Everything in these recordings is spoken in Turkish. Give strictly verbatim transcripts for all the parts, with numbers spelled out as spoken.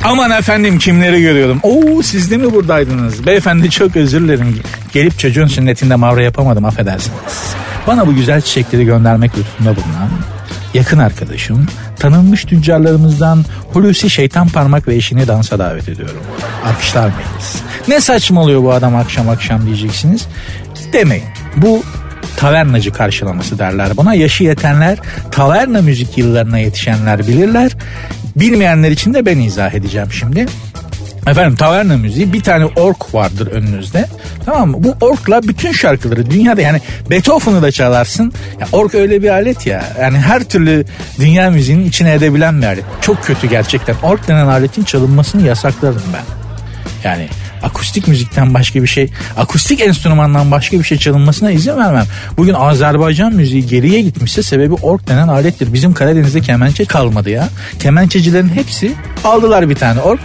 Aman efendim kimleri görüyorum. Oo, siz de mi buradaydınız? Beyefendi çok özür dilerim. Gelip çocuğun sünnetinde mavra yapamadım, affedersiniz. Bana bu güzel çiçekleri göndermek lütfunda bulunan yakın arkadaşım, tanınmış tüccarlarımızdan Hulusi Şeytan Parmak ve eşini dansa davet ediyorum. Alkışlar mıyız? Ne saçmalıyor bu adam akşam akşam diyeceksiniz. Demeyin. Bu tavernacı karşılaması derler buna. Yaşı yetenler, taverna müzik yıllarına yetişenler bilirler. Bilmeyenler için de ben izah edeceğim şimdi. Efendim taverna müziği, bir tane ork vardır önünüzde. Tamam mı? Bu orkla bütün şarkıları dünyada, yani Beethoven'ı da çalarsın. Ya ork öyle bir alet ya. Yani her türlü dünya müziğinin içine edebilen bir alet. Çok kötü gerçekten. Ork denen aletin çalınmasını yasaklarım ben. Yani akustik müzikten başka bir şey, akustik enstrümandan başka bir şey çalınmasına izin vermem. Bugün Azerbaycan müziği geriye gitmişse sebebi ork denen alettir. Bizim Karadeniz'de kemençe kalmadı ya. Kemençecilerin hepsi aldılar bir tane ork.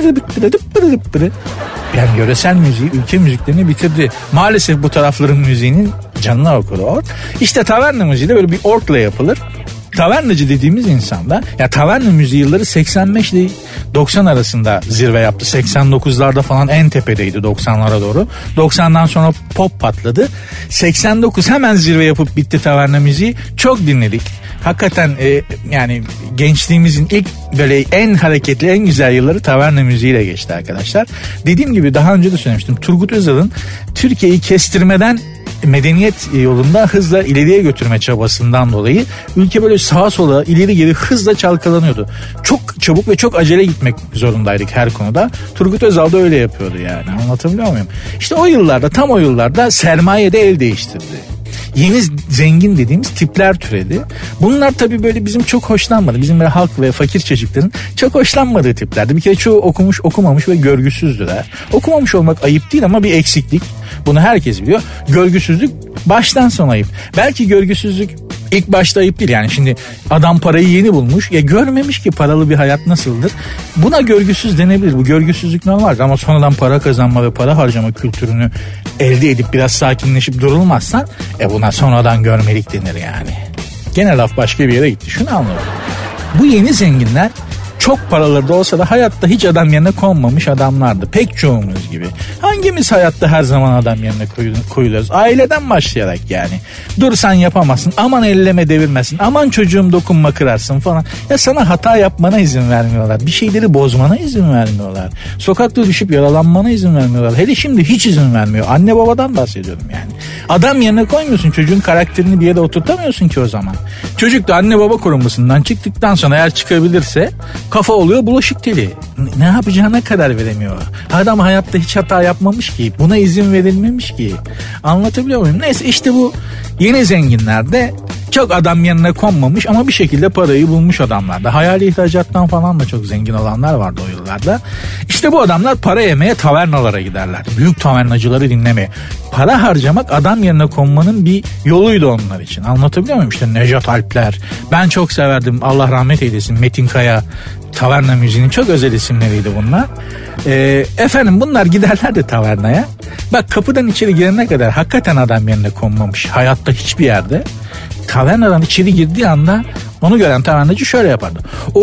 Yani yöresel müziği, ülke müziklerini bitirdi. Maalesef bu tarafların müziğinin canına okudu ork. İşte taverna müziği de böyle bir orkla yapılır. Tavernacı dediğimiz insanda, ya taverna müziği yılları seksen beş ile doksan arasında zirve yaptı. seksen dokuzlarda falan en tepedeydi, doksanlara doğru. doksandan sonra pop patladı. seksen dokuz hemen zirve yapıp bitti taverna müziği. Çok dinledik. Hakikaten e, yani gençliğimizin ilk böyle en hareketli, en güzel yılları taverna müziğiyle geçti arkadaşlar. Dediğim gibi daha önce de söylemiştim. Turgut Özal'ın Türkiye'yi kestirmeden medeniyet yolunda hızla ileriye götürme çabasından dolayı ülke böyle sağa sola ileri geri hızla çalkalanıyordu. Çok çabuk ve çok acele gitmek zorundaydık her konuda. Turgut Özal da öyle yapıyordu yani, anlatabiliyor muyum? İşte o yıllarda, tam o yıllarda sermaye de el değiştirdi. Yeni zengin dediğimiz tipler türedi. Bunlar tabii böyle bizim çok hoşlanmadı. Bizim böyle halk ve fakir çocukların çok hoşlanmadığı tiplerdi. Bir kere çoğu okumuş, okumamış ve görgüsüzdüler. Okumamış olmak ayıp değil ama bir eksiklik. Bunu herkes biliyor. Görgüsüzlük baştan sona ayıp. Belki görgüsüzlük ilk başta ayıp değil. Yani şimdi adam parayı yeni bulmuş. Ya görmemiş ki paralı bir hayat nasıldır. Buna görgüsüz denebilir. Bu görgüsüzlük normal. Ama sonradan para kazanma ve para harcama kültürünü elde edip biraz sakinleşip durulmazsan e buna sonradan görmelik denir yani. Gene laf başka bir yere gitti. Şunu anlıyorum. Bu yeni zenginler çok paraları da olsa da hayatta hiç adam yerine konmamış adamlardı. Pek çoğumuz gibi. Hangimiz hayatta her zaman adam yerine koyuluyoruz? Aileden başlayarak yani. Dur sen yapamazsın. Aman elleme devirmesin. Aman çocuğum dokunma kırarsın falan. Ya sana hata yapmana izin vermiyorlar. Bir şeyleri bozmana izin vermiyorlar. Sokakta düşüp yaralanmana izin vermiyorlar. Hele şimdi hiç izin vermiyor. Anne babadan bahsediyorum yani. Adam yerine koymuyorsun. Çocuğun karakterini bir yere oturtamıyorsun ki o zaman. Çocuk da anne baba korumasından çıktıktan sonra eğer çıkabilirse kafa oluyor bulaşık teli. Ne yapacağına karar veremiyor. Adam hayatta hiç hata yapmamış ki. Buna izin verilmemiş ki. Anlatabiliyor muyum? Neyse işte bu yeni zenginler de çok adam yerine konmamış ama bir şekilde parayı bulmuş adamlar da. Hayali ihracattan falan da çok zengin olanlar vardı o yıllarda. İşte bu adamlar para yemeye tavernalara giderler. Büyük tavernacıları dinlemeye. Para harcamak adam yerine konmanın bir yoluydu onlar için. Anlatabiliyor muyum? İşte Nejat Alpler. Ben çok severdim. Allah rahmet eylesin. Metin Kaya. Taverna müziğinin çok özel isimleriydi bunlar. Ee, efendim bunlar giderlerdi tavernaya. Bak kapıdan içeri girene kadar hakikaten adam yerine konmamış. Hayatta hiçbir yerde. Tavernadan içeri girdiği anda onu gören tavernacı şöyle yapardı.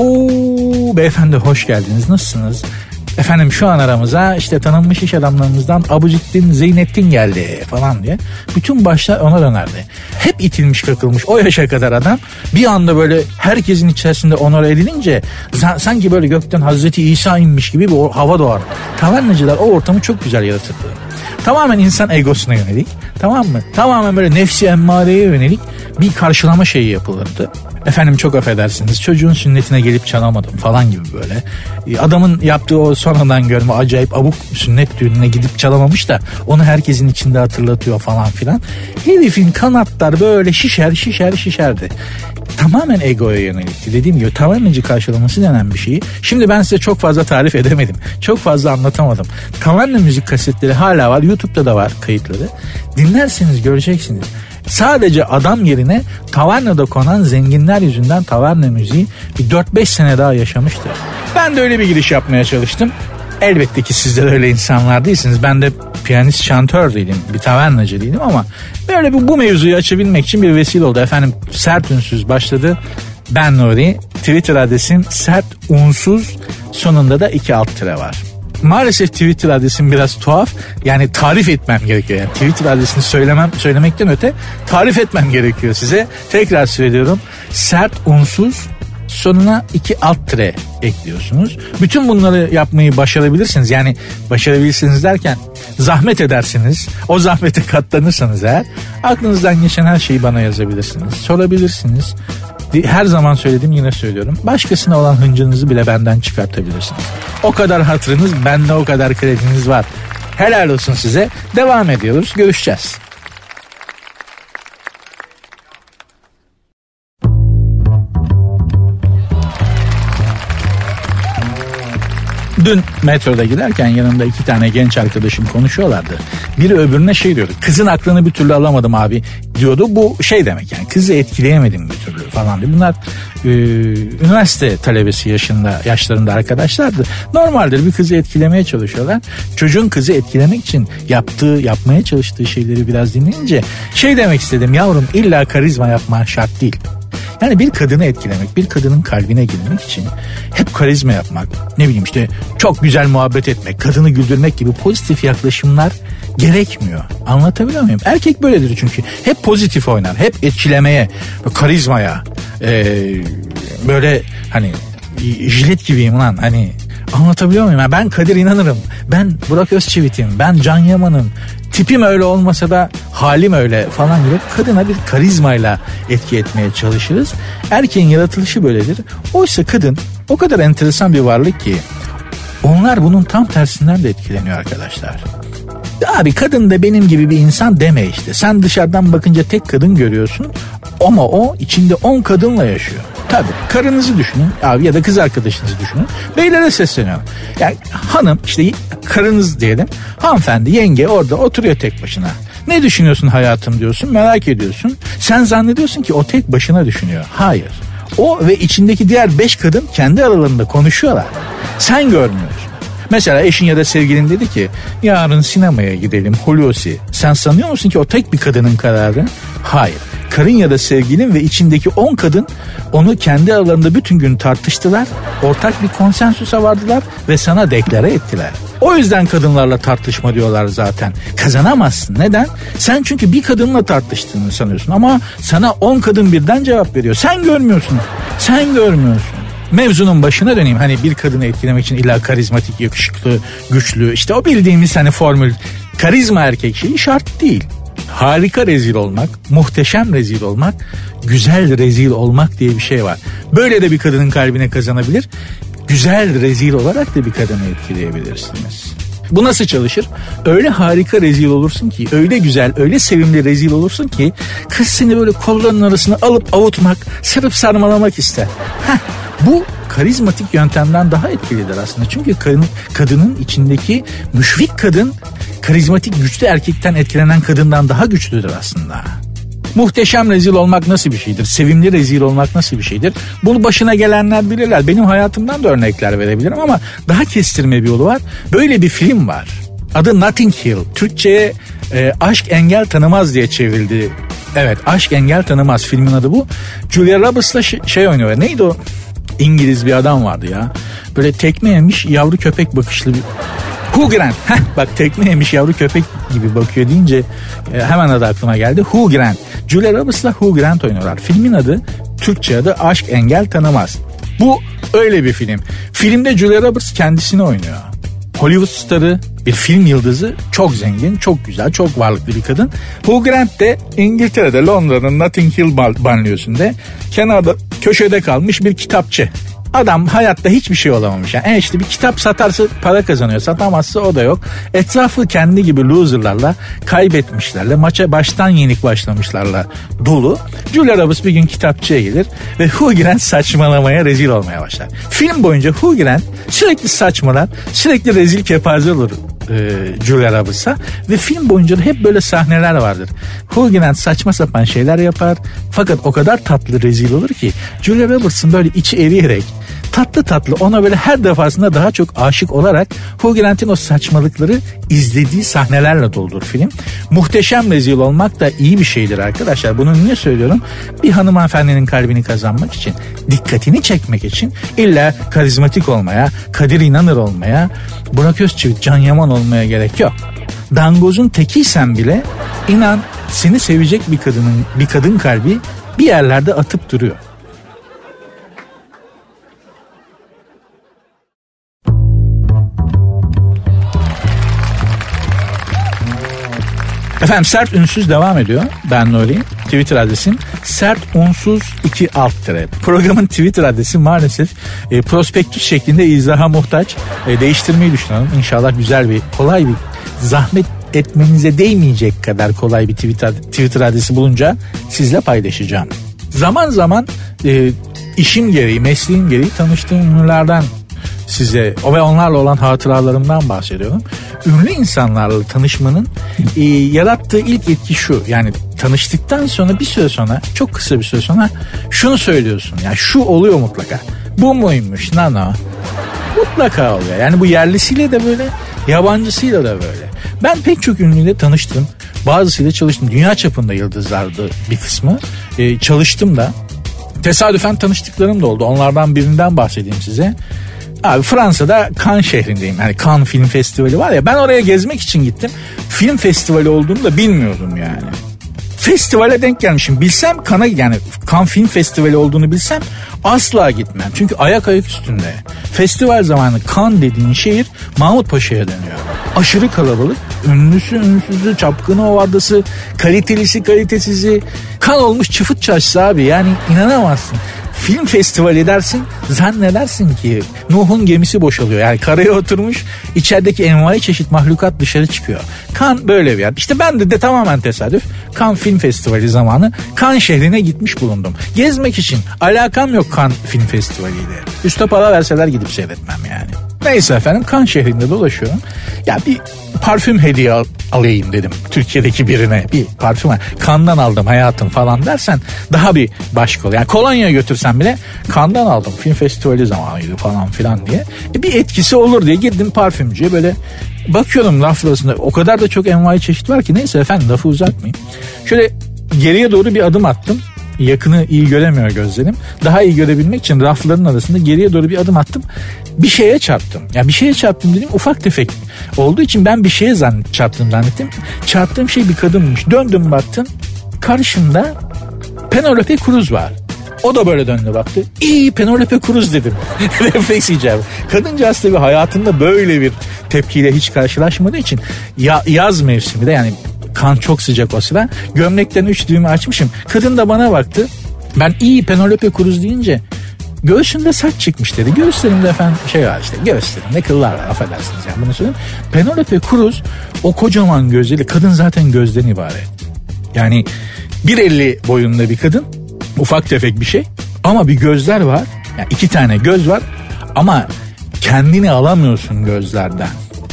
Oo beyefendi hoş geldiniz, nasılsınız? Efendim şu an aramıza işte tanınmış iş adamlarımızdan Abucittin Zeynettin geldi falan diye. Bütün başlar ona dönerdi. Hep itilmiş kakılmış o yaşa kadar adam bir anda böyle herkesin içerisinde onore edilince sanki böyle gökten Hazreti İsa inmiş gibi bir hava doğar. Tavernacılar o ortamı çok güzel yaratırdı. Tamamen insan egosuna yönelik, tamam mı? Tamamen böyle nefsi emmareye yönelik bir karşılama şeyi yapılırdı. Efendim çok affedersiniz çocuğun sünnetine gelip çalamadım falan gibi böyle. Adamın yaptığı o sonradan görme acayip abuk sünnet düğününe gidip çalamamış da onu herkesin içinde hatırlatıyor falan filan. Herifin kanatlar böyle şişer şişer şişerdi. Tamamen egoya yönelikti. Dediğim gibi tavernacı karşılaması denen bir şeyi. Şimdi ben size çok fazla tarif edemedim. Çok fazla anlatamadım. Taverna müzik kasetleri hala var. YouTube'da da var kayıtları. Dinlerseniz göreceksiniz. Sadece adam yerine tavernada konan zenginler yüzünden taverna müziği bir dört beş sene daha yaşamıştır. Ben de öyle bir giriş yapmaya çalıştım. Elbette ki sizler öyle insanlar değilsiniz. Ben de piyanist şantör değilim, bir tavernacı değilim ama böyle bir, bu mevzuyu açabilmek için bir vesile oldu. Efendim Sert Ünsüz başladı. Ben Nuri. Twitter adresim Sert Unsuz sonunda da iki alt tire var. Maalesef Twitter adresim biraz tuhaf. Yani tarif etmem gerekiyor. Yani Twitter adresini söylemem, söylemekten öte tarif etmem gerekiyor size. Tekrar söylüyorum. Sert unsuz, sonuna iki alt tire ekliyorsunuz. Bütün bunları yapmayı başarabilirsiniz. Yani başarabilirsiniz derken zahmet edersiniz. O zahmete katlanırsanız eğer aklınızdan geçen her şeyi bana yazabilirsiniz. Sorabilirsiniz. Her zaman söyledim, yine söylüyorum. Başkasına olan hıncınızı bile benden çıkartabilirsiniz. O kadar hatırınız, bende o kadar krediniz var. Helal olsun size. Devam ediyoruz. Görüşeceğiz. Dün metroda giderken yanımda iki tane genç arkadaşım konuşuyorlardı. Biri öbürüne şey diyordu. Kızın aklını bir türlü alamadım abi diyordu. Bu şey demek yani, kızı etkileyemedim bir türlü falan diye. Bunlar e, üniversite talebesi yaşında yaşlarında arkadaşlardı. Normaldir, bir kızı etkilemeye çalışıyorlar. Çocuğun kızı etkilemek için yaptığı, yapmaya çalıştığı şeyleri biraz dinleyince şey demek istedim. Yavrum, illa karizma yapman şart değil. Yani bir kadını etkilemek, bir kadının kalbine girmek için hep karizma yapmak, ne bileyim işte çok güzel muhabbet etmek, kadını güldürmek gibi pozitif yaklaşımlar gerekmiyor. Anlatabiliyor muyum? Erkek böyledir çünkü. Hep pozitif oynar, hep etkilemeye, karizmaya, ee, böyle hani jilet gibiyim lan hani, anlatabiliyor muyum? Yani ben Kadir İnanır'ım, ben Burak Özçivit'im, ben Can Yaman'ım. Tipim öyle olmasa da halim öyle falan gibi kadına bir karizmayla etki etmeye çalışırız. Erkeğin yaratılışı böyledir. Oysa kadın o kadar enteresan bir varlık ki onlar bunun tam tersinden de etkileniyor arkadaşlar. Abi kadın da benim gibi bir insan deme işte. Sen dışarıdan bakınca tek kadın görüyorsun ama o içinde on kadınla yaşıyor. Tabii karınızı düşünün abi ya da kız arkadaşınızı düşünün. Beylere sesleniyorum. Yani hanım işte karınız diyelim. Hanımefendi, yenge orada oturuyor tek başına. Ne düşünüyorsun hayatım diyorsun, merak ediyorsun. Sen zannediyorsun ki o tek başına düşünüyor. Hayır. O ve içindeki diğer beş kadın kendi aralarında konuşuyorlar. Sen görmüyorsun. Mesela eşin ya da sevgilin dedi ki yarın sinemaya gidelim Hulusi. Sen sanıyor musun ki o tek bir kadının kararı? Hayır. Karın ya da sevgilin ve içindeki on kadın onu kendi aralarında bütün gün tartıştılar. Ortak bir konsensüse vardılar ve sana deklare ettiler. O yüzden kadınlarla tartışma diyorlar zaten. Kazanamazsın. Neden? Sen çünkü bir kadınla tartıştığını sanıyorsun ama sana on kadın birden cevap veriyor. Sen görmüyorsun. Sen görmüyorsun. Mevzunun başına döneyim. Hani bir kadını etkilemek için illa karizmatik, yakışıklı, güçlü, işte o bildiğimiz hani formül, karizma erkek şeyi şart değil. Harika rezil olmak, muhteşem rezil olmak, güzel rezil olmak diye bir şey var. Böyle de bir kadının kalbine kazanabilir. Güzel rezil olarak da bir kadını etkileyebilirsiniz. Bu nasıl çalışır? Öyle harika rezil olursun ki, öyle güzel, öyle sevimli rezil olursun ki kız seni böyle kollarının arasına alıp avutmak, sarıp sarmalamak ister. Heh, bu karizmatik yöntemden daha etkilidir aslında. Çünkü kadın, kadının içindeki müşfik kadın, karizmatik güçlü erkekten etkilenen kadından daha güçlüdür aslında. Muhteşem rezil olmak nasıl bir şeydir? Sevimli rezil olmak nasıl bir şeydir? Bunu başına gelenler bilirler. Benim hayatımdan da örnekler verebilirim ama daha kestirme bir yolu var. Böyle bir film var. Adı Notting Hill. Türkçe'ye e, Aşk Engel Tanımaz diye çevrildi. Evet, Aşk Engel Tanımaz filmin adı bu. Julia Roberts'la ş- şey oynuyor. Neydi o? İngiliz bir adam vardı ya. Böyle tekme yemiş yavru köpek bakışlı bir... Hugh Grant. Heh, bak tekme yemiş yavru köpek gibi bakıyor deyince e, hemen adı aklıma geldi. Hugh Grant. Julia Roberts'la Hugh Grant oynuyorlar. Filmin adı, Türkçe adı Aşk Engel Tanımaz. Bu öyle bir film. Filmde Julia Roberts kendisini oynuyor. Hollywood starı, bir film yıldızı, çok zengin, çok güzel, çok varlıklı bir kadın. Hugh Grant de İngiltere'de, Londra'nın Notting Hill banliyösünde kenarda köşede kalmış bir kitapçı. Adam hayatta hiçbir şey olamamış. Yani işte bir kitap satarsa para kazanıyor. Satamazsa o da yok. Etrafı kendi gibi loserlarla, kaybetmişlerle, maça baştan yenik başlamışlarla dolu. Julia Roberts bir gün kitapçıya gelir ve Hugh Grant saçmalamaya, rezil olmaya başlar. Film boyunca Hugh Grant sürekli saçmalar, sürekli rezil kepaze olur e, Julia Roberts'a ve film boyunca da hep böyle sahneler vardır. Hugh Grant saçma sapan şeyler yapar fakat o kadar tatlı rezil olur ki Julia Roberts'ın böyle içi eriyerek tatlı tatlı ona böyle her defasında daha çok aşık olarak Hugh Grant'in o saçmalıkları izlediği sahnelerle doldur film. Muhteşem rezil olmak da iyi bir şeydir arkadaşlar. Bunu niye söylüyorum? Bir hanımefendinin kalbini kazanmak için, dikkatini çekmek için illa karizmatik olmaya, Kadir İnanır olmaya, Burak Özçivit, Can Yaman olmaya gerek yok. Dangozun tekiysen bile inan seni sevecek bir kadının, bir kadın kalbi bir yerlerde atıp duruyor. Efendim Sert Ünsüz devam ediyor. Ben Nuri. Twitter adresim Sert Unsuz iki alt tire. Programın Twitter adresi maalesef e, prospektüs şeklinde izaha muhtaç. E, değiştirmeyi düşünüyorum. İnşallah güzel bir, kolay bir, zahmet etmenize değmeyecek kadar kolay bir Twitter, Twitter adresi bulunca sizle paylaşacağım. Zaman zaman e, işim gereği, mesleğim gereği tanıştığım ünlülerden size o ve onlarla olan hatıralarımdan bahsediyorum. Ünlü insanlarla tanışmanın e, yarattığı ilk etki şu. Yani tanıştıktan sonra bir süre sonra, çok kısa bir süre sonra şunu söylüyorsun. Yani şu oluyor mutlaka. Bu muymuş nano? Mutlaka oluyor. Yani bu yerlisiyle de böyle, yabancısıyla da böyle. Ben pek çok ünlüyle tanıştım. Bazısıyla çalıştım. Dünya çapında yıldızlardı bir kısmı. E, çalıştım da. Tesadüfen tanıştıklarım da oldu. Onlardan birinden bahsedeyim size. Abi Fransa'da Cannes şehrindeyim. Yani Cannes Film Festivali var ya, ben oraya gezmek için gittim. Film festivali olduğunu da bilmiyordum yani. Festivale denk gelmişim. Bilsem Cannes'a, yani Cannes Film Festivali olduğunu bilsem asla gitmem. Çünkü ayak ayak üstünde. Festival zamanı Cannes dediğin şehir Mahmut Paşa'ya dönüyor. Aşırı kalabalık. Ünlüsü, ünsüzü, çapkını ovardası, kalitelisi, kalitesizi. Kan olmuş çıfıt çarşısı abi. Yani inanamazsın. Film festivali dersin, zannedersin ki Nuh'un gemisi boşalıyor. Yani karaya oturmuş, içerideki envai çeşit mahlukat dışarı çıkıyor. Cannes böyle bir yer. İşte ben de, de tamamen tesadüf Cannes Film Festivali zamanı Cannes şehrine gitmiş bulundum. Gezmek için alakam yok Cannes Film Festivali ile. Üste para verseler gidip seyretmem yani. Neyse efendim, Cannes şehrinde dolaşıyorum. Ya bir parfüm hediye al, alayım dedim Türkiye'deki birine. Bir parfüm Cannes'dan aldım hayatım falan dersen daha bir başka oluyor. Yani kolonya götürsem bile Cannes'dan aldım, film festivali zamanıydı falan filan diye. E bir etkisi olur diye gittim parfümcüye, böyle bakıyorum raf arasında o kadar da çok envai çeşit var ki, neyse efendim lafı uzatmayayım. Şöyle geriye doğru bir adım attım. Yakını iyi göremiyor gözlerim. Daha iyi görebilmek için rafların arasında geriye doğru bir adım attım. Bir şeye çarptım. Yani bir şeye çarptım dedim, ufak tefek olduğu için ben bir şeye zannet, çarptım zannettim. Çarptığım şey bir kadınmış. Döndüm baktım. Karşımda Penelope Cruz var. O da böyle döndü baktı. İyi Penelope Cruz dedim. Refleks icabı. Kadıncağız tabii hayatında böyle bir tepkiyle hiç karşılaşmadığı için ya, yaz mevsimi de, yani kan çok sıcak o sıra. Gömlekten üç düğümü açmışım. Kadın da bana baktı. Ben iyi Penelope Cruz deyince göğsünde saç çıkmış dedi. Göğüslerimde efendim şey var işte. Göğüslerimde kıllar var, affedersiniz yani bunu söyleyeyim. Penelope Cruz o kocaman gözleri, kadın zaten gözden ibaret. Yani bir elli boyunda bir kadın. Ufak tefek bir şey. Ama bir gözler var. Yani iki tane göz var. Ama kendini alamıyorsun gözlerden.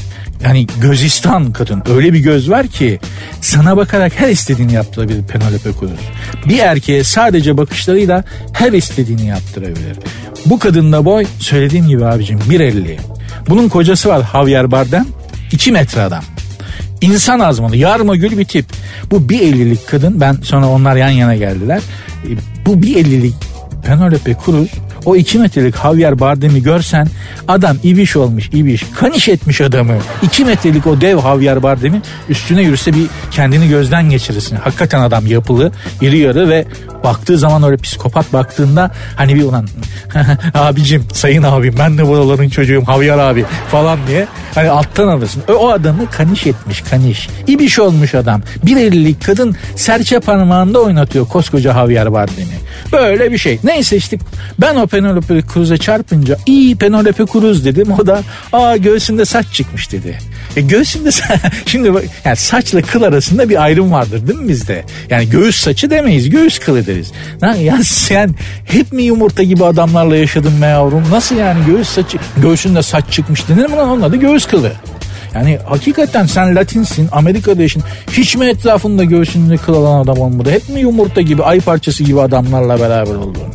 Yani gözistan kadın, öyle bir göz var ki sana bakarak her istediğini yaptırabilir Penelope Cruz. Bir erkeğe sadece bakışlarıyla her istediğini yaptırabilir. Bu kadında boy söylediğim gibi abicim bir elli. Bunun kocası var Javier Bardem, iki metre adam. İnsan azmanı, yarma gül bir tip. Bu bir ellilik kadın, ben sonra onlar yan yana geldiler. Bu bir ellilik Penelope Cruz, o iki metrelik Javier Bardem'i görsen adam ibiş olmuş ibiş. Kaniş etmiş adamı. iki metrelik o dev Javier Bardem'in üstüne yürüse bir kendini gözden geçirirsin. Hakikaten adam yapılı, iri yarı ve baktığı zaman öyle psikopat baktığında hani bir ulan abicim, sayın abim, ben de buraların çocuğum Javier abi falan diye hani alttan alırsın. O, o adamı kaniş etmiş, kaniş. İbiş olmuş adam. Bir ellilik kadın serçe parmağında oynatıyor koskoca Javier Bardem'i. Böyle bir şey. Neyse işte ben o Penelope Cruz'a çarpınca iyi Penelope Cruz dedim. O da aa göğsünde saç çıkmış dedi. E göğsünde şimdi yani saçla kıl arasında bir ayrım vardır değil mi bizde? Yani göğüs saçı demeyiz, göğüs kılı deriz. Lan ya sen hep mi yumurta gibi adamlarla yaşadın be yavrum? Nasıl yani göğüs saçı, göğsünde saç çıkmış denir mi lan? Onun adı göğüs kılı. Yani hakikaten sen Latinsin, Amerika'da yaşın. Hiç mi etrafında göğsünde kıl alan adam olmadı? Hep mi yumurta gibi, ay parçası gibi adamlarla beraber oldun?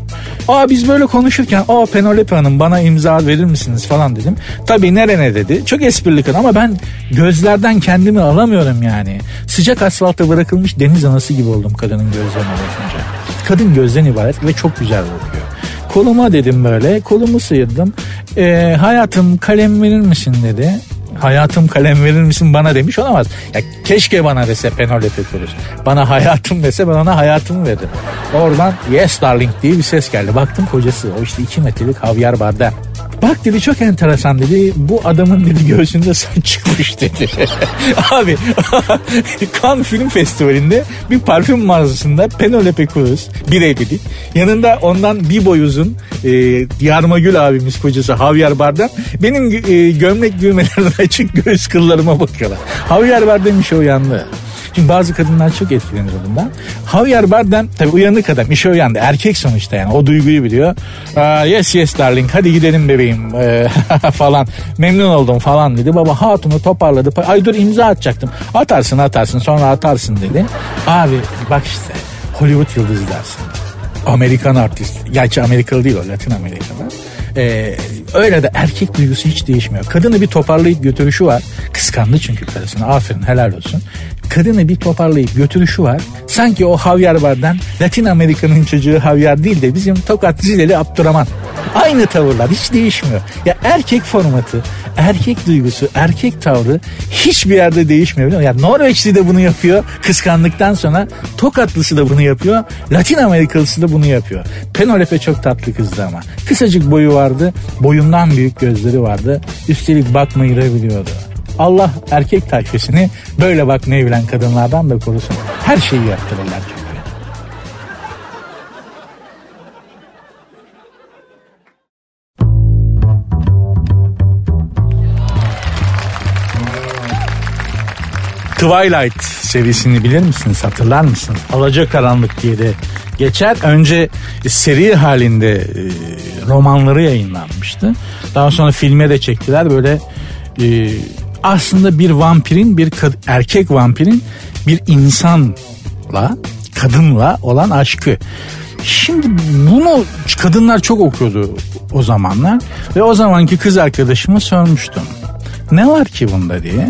Aa biz böyle konuşurken aa Penelope Hanım bana imza verir misiniz falan dedim. Tabii nerene dedi. Çok esprili kadın ama ben gözlerden kendimi alamıyorum yani. Sıcak asfalta bırakılmış deniz anası gibi oldum kadının gözlerine bakınca. Kadın gözden ibaret ve çok güzel bakıyor. Koluma dedim böyle. Kolumu sıyırdım. Ee, hayatım kalem verir misin dedi. Hayatım kalem verir misin bana demiş olamaz. Ya keşke bana dese Penelope Cruz. Bana hayatım dese ben ona hayatımı veririm. Oradan yes darling diye bir ses geldi. Baktım kocası o işte iki metrelik Javier Bardem. Bak dedi çok enteresan dedi. Bu adamın dedi göğsünde saç çıkmış dedi. Abi Cannes Film Festivali'nde bir parfüm mağazasında Penelope Cruz birebir. Yanında ondan bir boy uzun e, Yarmagül abimiz kocası Javier Bardem. Benim e, gömlek düğmelerine açık göğüs kıllarıma bakıyorlar. Javier Bardem işe uyandı. Çünkü bazı kadınlar çok etkilenir bundan. Javier Bardem tabii uyanık adam, işe uyandı. Erkek sonuçta yani o duyguyu biliyor. Aa, yes yes darling hadi gidelim bebeğim ee, falan. Memnun oldum falan dedi. Baba hatunu toparladı. Ay dur imza atacaktım. Atarsın atarsın sonra atarsın dedi. Abi bak işte Hollywood yıldızı dersin. Amerikan artist. Gerçi Amerikalı değil o, Latin Amerika'da. Ee, öyle de erkek duygusu hiç değişmiyor. Kadını bir toparlayıp götürüşü var. Kıskandı çünkü karısını. Aferin helal olsun. Kadını bir toparlayıp götürüşü var. Sanki o Javier Bardem Latin Amerika'nın çocuğu Javier değil de bizim Tokat Zileli Abdurrahman. Aynı tavırlar hiç değişmiyor. Ya erkek formatı, erkek duygusu, erkek tavrı hiçbir yerde değişmiyor. Biliyor musun? Ya Norveçli de bunu yapıyor. Kıskandıktan sonra Tokatlısı da bunu yapıyor. Latin Amerikalısı da bunu yapıyor. Penelope çok tatlı kızdı ama. Kısacık boyu vardı. Boyundan büyük gözleri vardı. Üstelik bakmayı da biliyordu. Allah erkek tayfesini böyle bakmayı bilen kadınlardan da korusun. Her şeyi yaptırırlar çünkü. Twilight serisini bilir misiniz? Hatırlar mısınız? Alacakaranlık diye de geçer. Önce seri halinde romanları yayınlanmıştı. Daha sonra filme de çektiler. Böyle e, aslında bir vampirin, bir kad- erkek vampirin bir insanla, kadınla olan aşkı. Şimdi bunu kadınlar çok okuyordu o zamanlar ve o zamanki kız arkadaşıma sormuştum. Ne var ki bunda diye.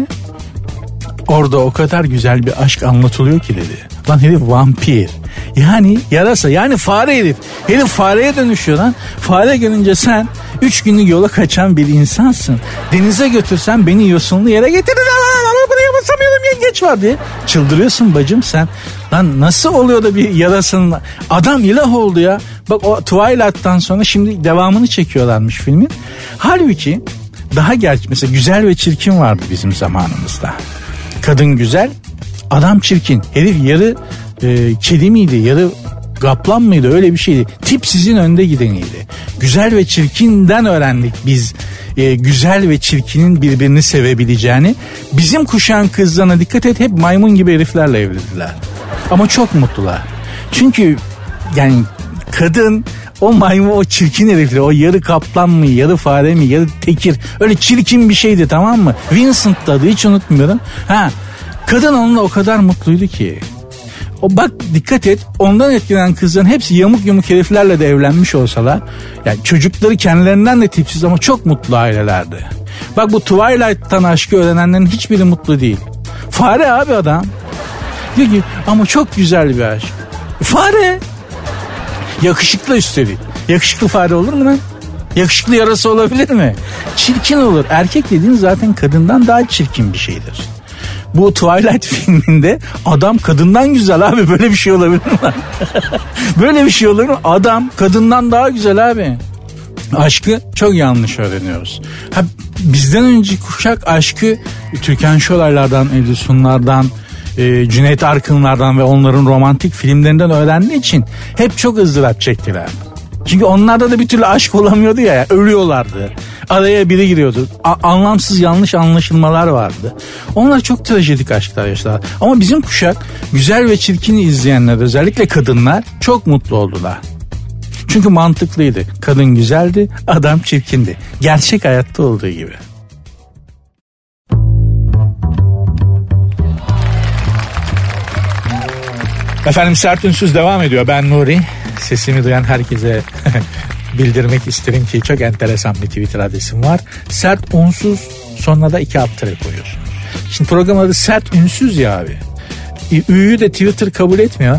Orada o kadar güzel bir aşk anlatılıyor ki dedi. Lan herif vampir. Yani yarasa, yani fare herif. Herif fareye dönüşüyor lan. Fare görünce sen üç günlük yola kaçan bir insansın. Denize götürsen beni yosunlu yere getirir. Buraya basamıyorum yengeç var diye. Çıldırıyorsun bacım sen. Lan nasıl oluyor da bir yarasın? Adam ilah oldu ya. Bak o Twilight'tan sonra şimdi devamını çekiyorlarmış filmin. Halbuki daha gerçi mesela Güzel ve Çirkin vardı bizim zamanımızda. Kadın güzel, adam çirkin. Herif yarı e, kedi miydi, yarı kaplan mıydı, öyle bir şeydi. Tip sizin önde gideniydi. Güzel ve çirkinden öğrendik biz e, güzel ve çirkinin birbirini sevebileceğini. Bizim kuşağın kızlarına dikkat et, hep maymun gibi heriflerle evlendiler. Ama çok mutlular. Çünkü yani kadın o maymun, o çirkin herifle, o yarı kaplan mı, yarı fare mi, yarı tekir, öyle çirkin bir şeydi, tamam mı? Vincent adı, hiç unutmuyorum. Ha, kadın onunla o kadar mutluydu ki. O bak dikkat et, ondan etkilenen kızların hepsi yamuk yumuk heriflerle de evlenmiş olsalar, yani çocukları kendilerinden de tipsiz ama çok mutlu ailelerdi. Bak bu Twilight'tan aşkı öğrenenlerin hiçbiri mutlu değil. Fare abi adam. Diyor ki ama çok güzel bir aşk. Fare. Yakışıklı üstelik. Yakışıklı fare olur mu lan? Yakışıklı yarası olabilir mi? Çirkin olur. Erkek dediğin zaten kadından daha çirkin bir şeydir. Bu Twilight filminde adam kadından güzel abi. Böyle bir şey olabilir mi lan? Böyle bir şey olur mu? Adam kadından daha güzel abi. Aşkı çok yanlış öğreniyoruz. Ha, bizden önce kuşak aşkı Türkan Şoraylardan, Edison'lardan, e, Cüneyt Arkınlardan ve onların romantik filmlerinden öğrendiği için hep çok ızdırap çektiler. Çünkü onlarda da bir türlü aşk olamıyordu ya, ya ölüyorlardı. Araya biri giriyordu. A- anlamsız yanlış anlaşılmalar vardı. Onlar çok trajedik aşklar yaşadılar. Ama bizim kuşak Güzel ve Çirkin'i izleyenler, özellikle kadınlar, çok mutlu oldular. Çünkü mantıklıydı. Kadın güzeldi, adam çirkindi. Gerçek hayatta olduğu gibi. Efendim Sert Ünsüz devam ediyor. Ben Nuri. sesimi duyan herkese bildirmek isterim ki çok enteresan bir Twitter adresim var. Sert unsuz, sonuna da iki alt tere koyuyorsunuz. Şimdi program adı sert ünsüz ya abi. Ü'yü de Twitter kabul etmiyor.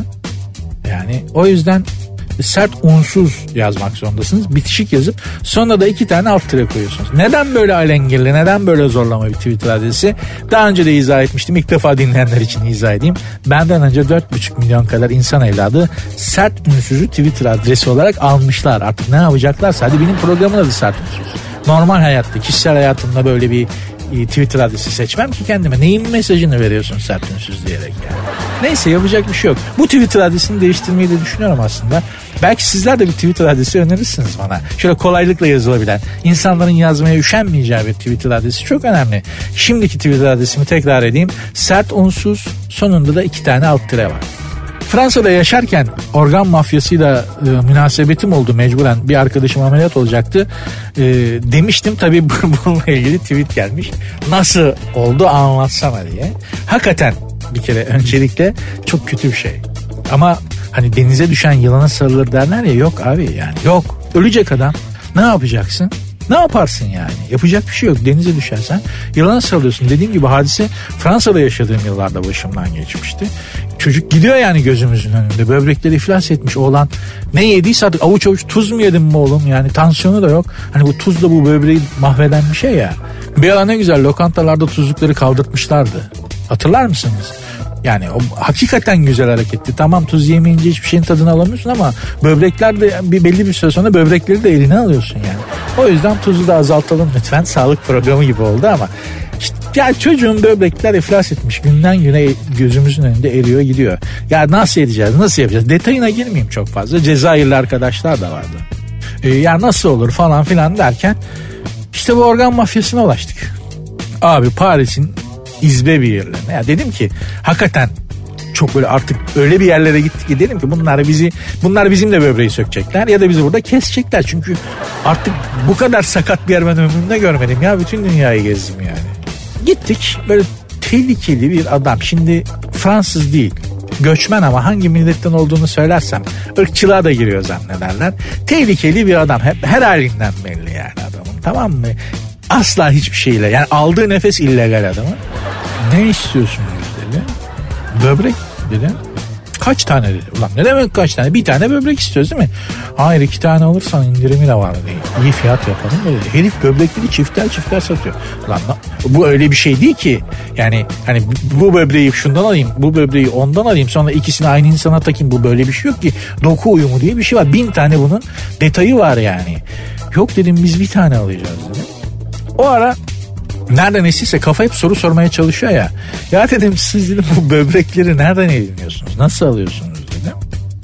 Yani o yüzden sert unsuz yazmak zorundasınız. Bitişik yazıp sonra da iki tane alt tire koyuyorsunuz. Neden böyle alengirli, neden böyle zorlama bir Twitter adresi? Daha önce de izah etmiştim. İlk defa dinleyenler için izah edeyim. Benden önce dört buçuk milyon kadar insan evladı sert ünsüzü Twitter adresi olarak almışlar. Artık ne yapacaklarsa. Hadi benim programın adı sert ünsüz. Normal hayatta, kişisel hayatımda böyle bir Twitter adresi seçmem ki kendime. Neyin mesajını veriyorsun sert ünsüz diyerek yani. Neyse, yapacak bir şey yok. Bu Twitter adresini değiştirmeyi de düşünüyorum aslında. Belki sizler de bir Twitter adresi önerirsiniz bana. Şöyle kolaylıkla yazılabilen, insanların yazmaya üşenmeyeceği bir Twitter adresi çok önemli. Şimdiki Twitter adresimi tekrar edeyim. Sert unsuz, sonunda da iki tane alt tire var. Fransa'da yaşarken organ mafyasıyla e, münasebetim oldu mecburen. Bir arkadaşım ameliyat olacaktı. E, demiştim tabii bununla ilgili tweet gelmiş. Nasıl oldu anlatsana diye. Hakikaten bir kere öncelikle çok kötü bir şey. Ama hani denize düşen yılana sarılır derler ya, yok abi yani yok. Ölecek adam, ne yapacaksın? Ne yaparsın yani? Yapacak bir şey yok. Denize düşersen yılana sarılıyorsun. Dediğim gibi hadise Fransa'da yaşadığım yıllarda başımdan geçmişti. Çocuk gidiyor yani gözümüzün önünde. Böbrekleri iflas etmiş. Oğlan ne yediyse artık avuç avuç tuz mu yedin mi oğlum? Yani tansiyonu da yok. Hani bu tuz da bu böbreği mahveden bir şey ya. Bir ara ne güzel lokantalarda tuzlukları kaldırtmışlardı. Hatırlar mısınız? Yani o hakikaten güzel hareketti. Tamam, tuz yemeyince hiçbir şeyin tadını alamıyorsun ama böbrekler de bir belli bir süre sonra böbrekleri de eline alıyorsun yani. O yüzden tuzu da azaltalım lütfen. Sağlık programı gibi oldu ama işte ya çocuğun böbrekler iflas etmiş. Günden güne gözümüzün önünde eriyor gidiyor. Ya nasıl edeceğiz? Nasıl yapacağız? Detayına girmeyeyim çok fazla. Cezayirli arkadaşlar da vardı. Ee, ya nasıl olur falan filan derken işte bu organ mafyasına ulaştık. Abi Paris'in izbe bir yerlerine. Ya dedim ki hakikaten çok böyle artık öyle bir yerlere gittik ki dedim ki bunlar bizi bunlar bizim de böbreği sökecekler ya da bizi burada kesecekler. Çünkü artık bu kadar sakat bir yer ben ömrümde görmedim ya, bütün dünyayı gezdim yani. Gittik, böyle tehlikeli bir adam. Şimdi Fransız değil, göçmen ama hangi milletten olduğunu söylersem ırkçılığa da giriyor zannederler. Tehlikeli bir adam, hep her halinden belli yani adamın, tamam mı? Asla hiçbir şeyle, yani aldığı nefes illegal adamın. Ne istiyorsunuz dedi. Böbrek dedi. Kaç tane dedi. Ulan ne demek kaç tane? Bir tane böbrek istiyoruz değil mi? Hayır, iki tane olursan indirimi de var dedi. İyi fiyat yapalım dedi. Herif böbrekleri çifter çifter satıyor. Ulan bu öyle bir şey değil ki. Yani hani bu böbreği şundan alayım, bu böbreği ondan alayım, sonra ikisini aynı insana takayım. Bu böyle bir şey yok ki. Doku uyumu diye bir şey var. Bin tane bunun detayı var yani. Yok dedim, biz bir tane alacağız dedim. O ara nereden esiyse kafa hep soru sormaya çalışıyor ya. Ya dedim, siz dedim bu böbrekleri nereden ediniyorsunuz? Nasıl alıyorsunuz dedim.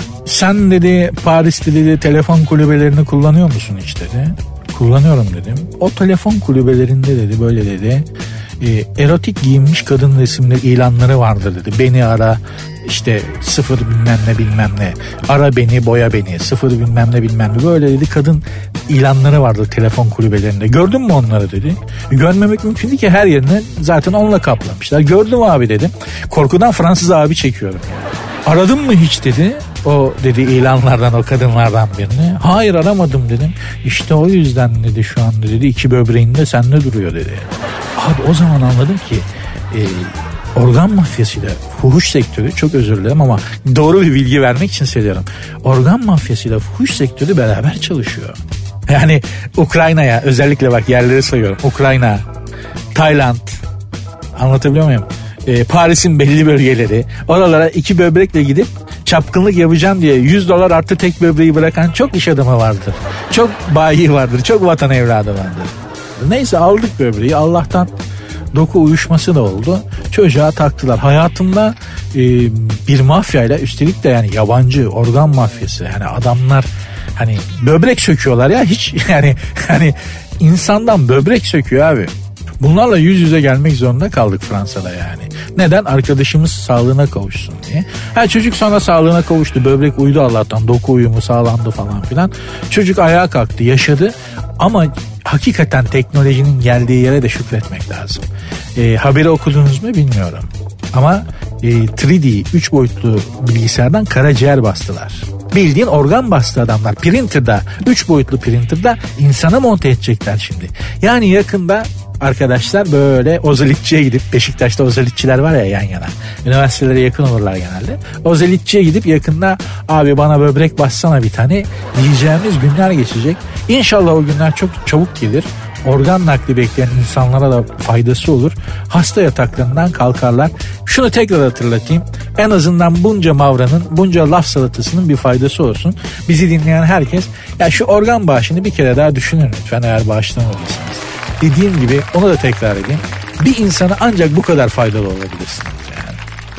Sen dedi Paris'te dedi telefon kulübelerini kullanıyor musun hiç dedi. Kullanıyorum dedim. O telefon kulübelerinde dedi böyle dedi e, erotik giyinmiş kadın resimli ilanları vardır dedi. Beni ara işte sıfır bilmem ne bilmem ne, ara beni boya beni sıfır bilmem ne bilmem ne, böyle dedi kadın ilanları vardı telefon kulübelerinde. Gördün mü onları dedi. Görmemek mümkün değil ki, her yerine zaten onunla kaplamışlar. Gördüm abi dedim. Korkudan Fransız abi çekiyorum yani. Aradın mı hiç dedi. O dedi ilanlardan, o kadınlardan birini. Hayır, aramadım dedim. İşte o yüzden dedi şu anda dedi iki böbreğinde sende duruyor dedi. Abi o zaman anladım ki e, organ mafyasıyla fuhuş sektörü, çok özür dilerim ama doğru bir bilgi vermek için söylüyorum. Organ mafyasıyla fuhuş sektörü beraber çalışıyor. Yani Ukrayna'ya özellikle bak yerleri sayıyorum. Ukrayna, Tayland, anlatabiliyor muyum? Ee, Paris'in belli bölgeleri, oralara iki böbrekle gidip çapkınlık yapacağım diye yüz dolar artı tek böbreği bırakan çok iş adamı vardır. Çok bayi vardır, çok vatan evladı vardır. Neyse aldık böbreği, Allah'tan doku uyuşması da oldu. Çocuğa taktılar. Hayatımda e, bir mafyayla, üstelik de yani yabancı organ mafyası, yani adamlar hani böbrek söküyorlar ya, hiç yani hani insandan böbrek söküyor abi. Bunlarla yüz yüze gelmek zorunda kaldık Fransa'da yani. Neden? Arkadaşımız sağlığına kavuşsun diye. Ha, çocuk sonra sağlığına kavuştu. Böbrek uydu Allah'tan. Doku uyumu sağlandı falan filan. Çocuk ayağa kalktı, yaşadı. Ama hakikaten teknolojinin geldiği yere de şükretmek lazım. E, haberi okudunuz mu bilmiyorum. Ama e, üç D, üç boyutlu bilgisayardan karaciğer bastılar. Bildiğin organ bastı adamlar. Printer'da, üç boyutlu printer'da insana monte edecekler şimdi. Yani yakında arkadaşlar böyle ozalitçiye gidip, Beşiktaş'ta ozalitçiler var ya yan yana. Üniversitelere yakın olurlar genelde. Ozalitçiye gidip yakında abi bana böbrek bassana bir tane diyeceğimiz günler geçecek. İnşallah o günler çok çabuk gelir. Organ nakli bekleyen insanlara da faydası olur. Hasta yataklarından kalkarlar. Şunu tekrar hatırlatayım. En azından bunca mavranın, bunca laf salatasının bir faydası olsun. Bizi dinleyen herkes ya şu organ bağışını bir kere daha düşünün lütfen eğer bağışlamadıysanız. Dediğim gibi onu da tekrar edeyim. Bir insana ancak bu kadar faydalı olabilirsiniz yani.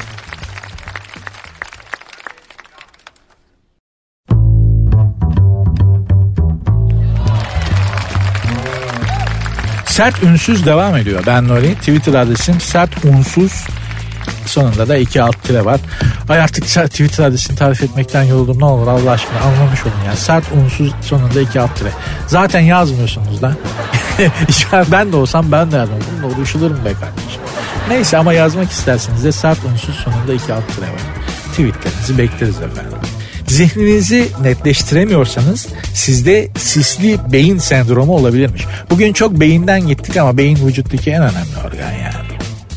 Sert Ünsüz devam ediyor. Ben Nuri. Twitter adresim sert unsuz. Sonunda da iki alt tire var. Ay artık Twitter adresini tarif etmekten yoruldum. Ne olur Allah aşkına anlamış olun ya. Sert unsuz sonunda iki alt tire. Zaten yazmıyorsunuz da. Ben de olsam ben de yazmam. Bununla uğraşılır mı be kardeşim? Neyse ama yazmak isterseniz de sert unsuz sonunda iki alt tire var. Tweetlerinizi bekleriz efendim. Zihninizi netleştiremiyorsanız sizde sisli beyin sendromu olabilirmiş. Bugün çok beyinden gittik ama beyin vücuttaki en önemli organ yani.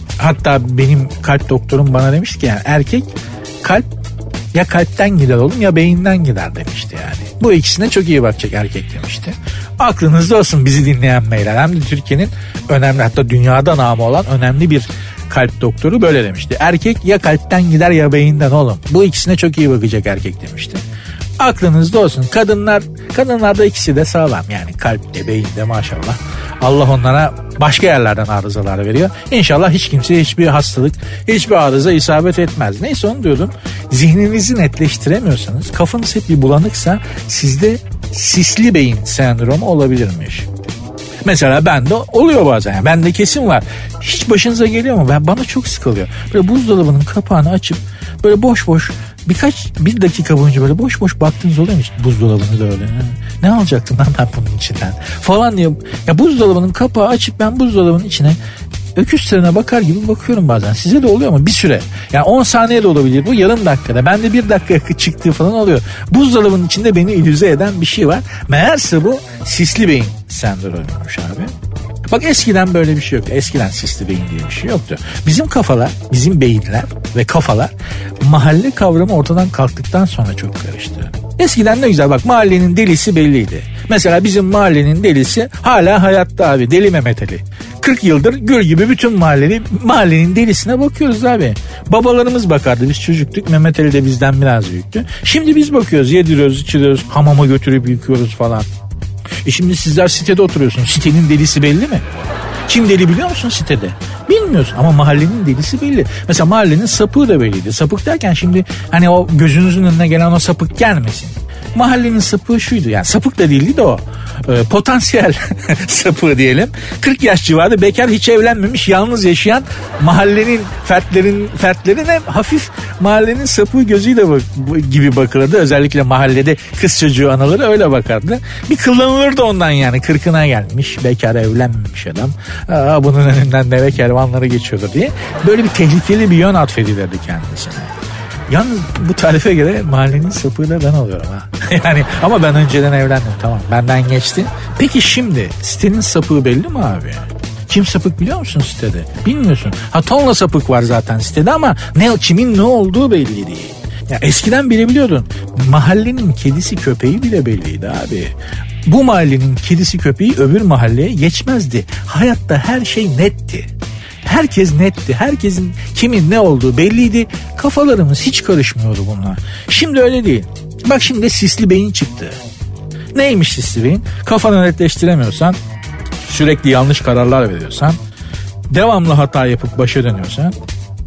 Hatta benim kalp doktorum bana demişti ki yani erkek kalp ya kalpten gider oğlum ya beyinden gider demişti yani. Bu ikisine çok iyi bakacak erkek demişti. Aklınızda olsun bizi dinleyen beyler. Hem de Türkiye'nin önemli hatta dünyada namı olan önemli bir kalp doktoru böyle demişti. Erkek ya kalpten gider ya beyinden oğlum. Bu ikisine çok iyi bakacak erkek demişti. Aklınızda olsun. Kadınlar, kadınlarda ikisi de sağlam yani kalpte, beyinde maşallah. Allah onlara başka yerlerden arızalar veriyor. İnşallah hiç kimseye hiçbir hastalık, hiçbir arıza isabet etmez. Neyse onu diyordum. Zihninizi netleştiremiyorsanız, kafanız hep bir bulanıksa sizde sisli beyin sendromu olabilirmiş. Mesela bende oluyor bazen. Yani bende kesin var. Hiç başınıza geliyor mu? Ben, bana çok sıkılıyor. Böyle buzdolabının kapağını açıp böyle boş boş birkaç bir dakika boyunca böyle boş boş baktığınız oluyor mu hiç buzdolabını da öyle? Ne alacaktım lan ben bunun içinden? Falan diye. Ya buzdolabının kapağı açıp ben buzdolabının içine öküz sırrına bakar gibi bakıyorum bazen. Size de oluyor mu? Bir süre. Yani on saniye de olabilir bu. Yarım dakikada. Bende bir dakika çıktığı falan oluyor. Buzdolabının içinde beni illüze eden bir şey var. Meğerse bu sisli beyin sendromuymuş abi. Bak eskiden böyle bir şey yoktu. Eskiden sisli beyin diye bir şey yoktu. Bizim kafalar, bizim beyinler ve kafalar mahalle kavramı ortadan kalktıktan sonra çok karıştı. Eskiden ne güzel bak mahallenin delisi belliydi. Mesela bizim mahallenin delisi hala hayatta abi. Deli Mehmet Ali. kırk yıldır gül gibi bütün mahalleli, mahallenin delisine bakıyoruz abi. Babalarımız bakardı biz çocuktuk. Mehmet Ali de bizden biraz büyüktü. Şimdi biz bakıyoruz, yediriyoruz, içiriyoruz, hamama götürüp yıkıyoruz falan. E şimdi sizler sitede oturuyorsunuz. Sitenin delisi belli mi? Kim deli biliyor musun sitede? Bilmiyorsun ama mahallenin delisi belli. Mesela mahallenin sapığı da belliydi. Sapık derken şimdi hani o gözünüzün önüne gelen o sapık gelmesin. Mahallenin sapığı şuydu yani sapık da değildi de o e, potansiyel sapığı diyelim. kırk yaş civarı bekar hiç evlenmemiş yalnız yaşayan mahallenin fertlerin fertlerine hafif mahallenin sapığı gözüyle bak, gibi bakılırdı. Özellikle mahallede kız çocuğu anaları öyle bakardı. Bir kullanılırdı ondan yani kırkına gelmiş bekar evlenmemiş adam. Aa, bunun önünden deve kervanları geçiyordu diye. Böyle bir tehlikeli bir yön atfedilirdi kendisine. Yalnız bu tarife göre mahallenin sapığı da ben oluyorum ha. Yani ama ben önceden evlendim tamam benden geçti. Peki şimdi sitenin sapığı belli mi abi? Kim sapık biliyor musun sitede? Bilmiyorsun. Ha tonla sapık var zaten sitede ama ne kimin ne olduğu belli değil. Ya eskiden bile biliyordun. Mahallenin kedisi köpeği bile belliydi abi. Bu mahallenin kedisi köpeği öbür mahalleye geçmezdi. Hayatta her şey netti. Herkes netti. Herkesin kimin ne olduğu belliydi. Kafalarımız hiç karışmıyordu bunlar. Şimdi öyle değil. Bak şimdi sisli beyin çıktı. Neymiş sisli beyin? Kafanı netleştiremiyorsan, sürekli yanlış kararlar veriyorsan, devamlı hata yapıp başa dönüyorsan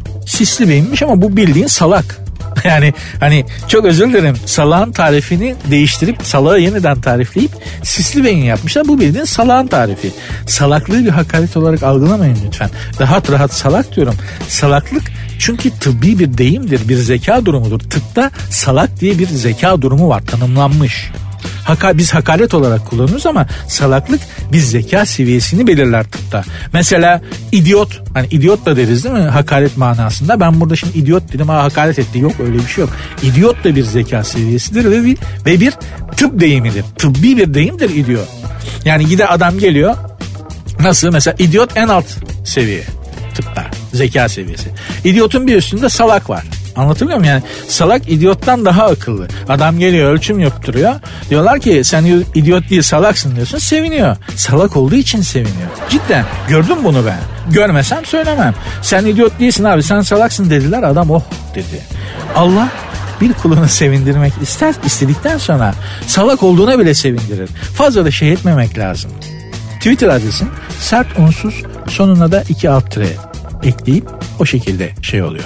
sisli beyinmiş ama bu bildiğin salak. Yani hani çok özür dilerim salağın tarifini değiştirip salağı yeniden tarifleyip sisli beyin yapmışlar. Bu bildiğin salağın tarifi. Salaklığı bir hakaret olarak algılamayın lütfen. Rahat rahat salak diyorum. Salaklık çünkü tıbbi bir deyimdir, bir zeka durumudur. Tıpta salak diye bir zeka durumu var, tanımlanmış. Haka, biz hakaret olarak kullanıyoruz ama salaklık biz zeka seviyesini belirler tıpta. Mesela idiot, hani idiot da deriz değil mi hakaret manasında. Ben burada şimdi idiot dedim, ha hakaret etti. Yok, öyle bir şey yok. İdiot da bir zeka seviyesidir ve bir, ve bir tıp deyimidir. Tıbbi bir deyimdir idiot. Yani gider adam geliyor. Nasıl? Mesela idiot en alt seviye tıpta. Zeka seviyesi. İdiotun bir üstünde salak var. Anlatabiliyor muyum? Yani salak idiottan daha akıllı. Adam geliyor, ölçüm yaptırıyor. Diyorlar ki sen idiot değil salaksın diyorsun. Seviniyor. Salak olduğu için seviniyor. Cidden. Gördüm bunu ben. Görmesem söylemem. Sen idiot değilsin abi, sen salaksın dediler. Adam oh dedi. Allah bir kulunu sevindirmek ister, istedikten sonra salak olduğuna bile sevindirir. Fazla da şey etmemek lazım. Twitter adresim sert unsuz, sonuna da iki alt tire ekleyip o şekilde şey oluyor.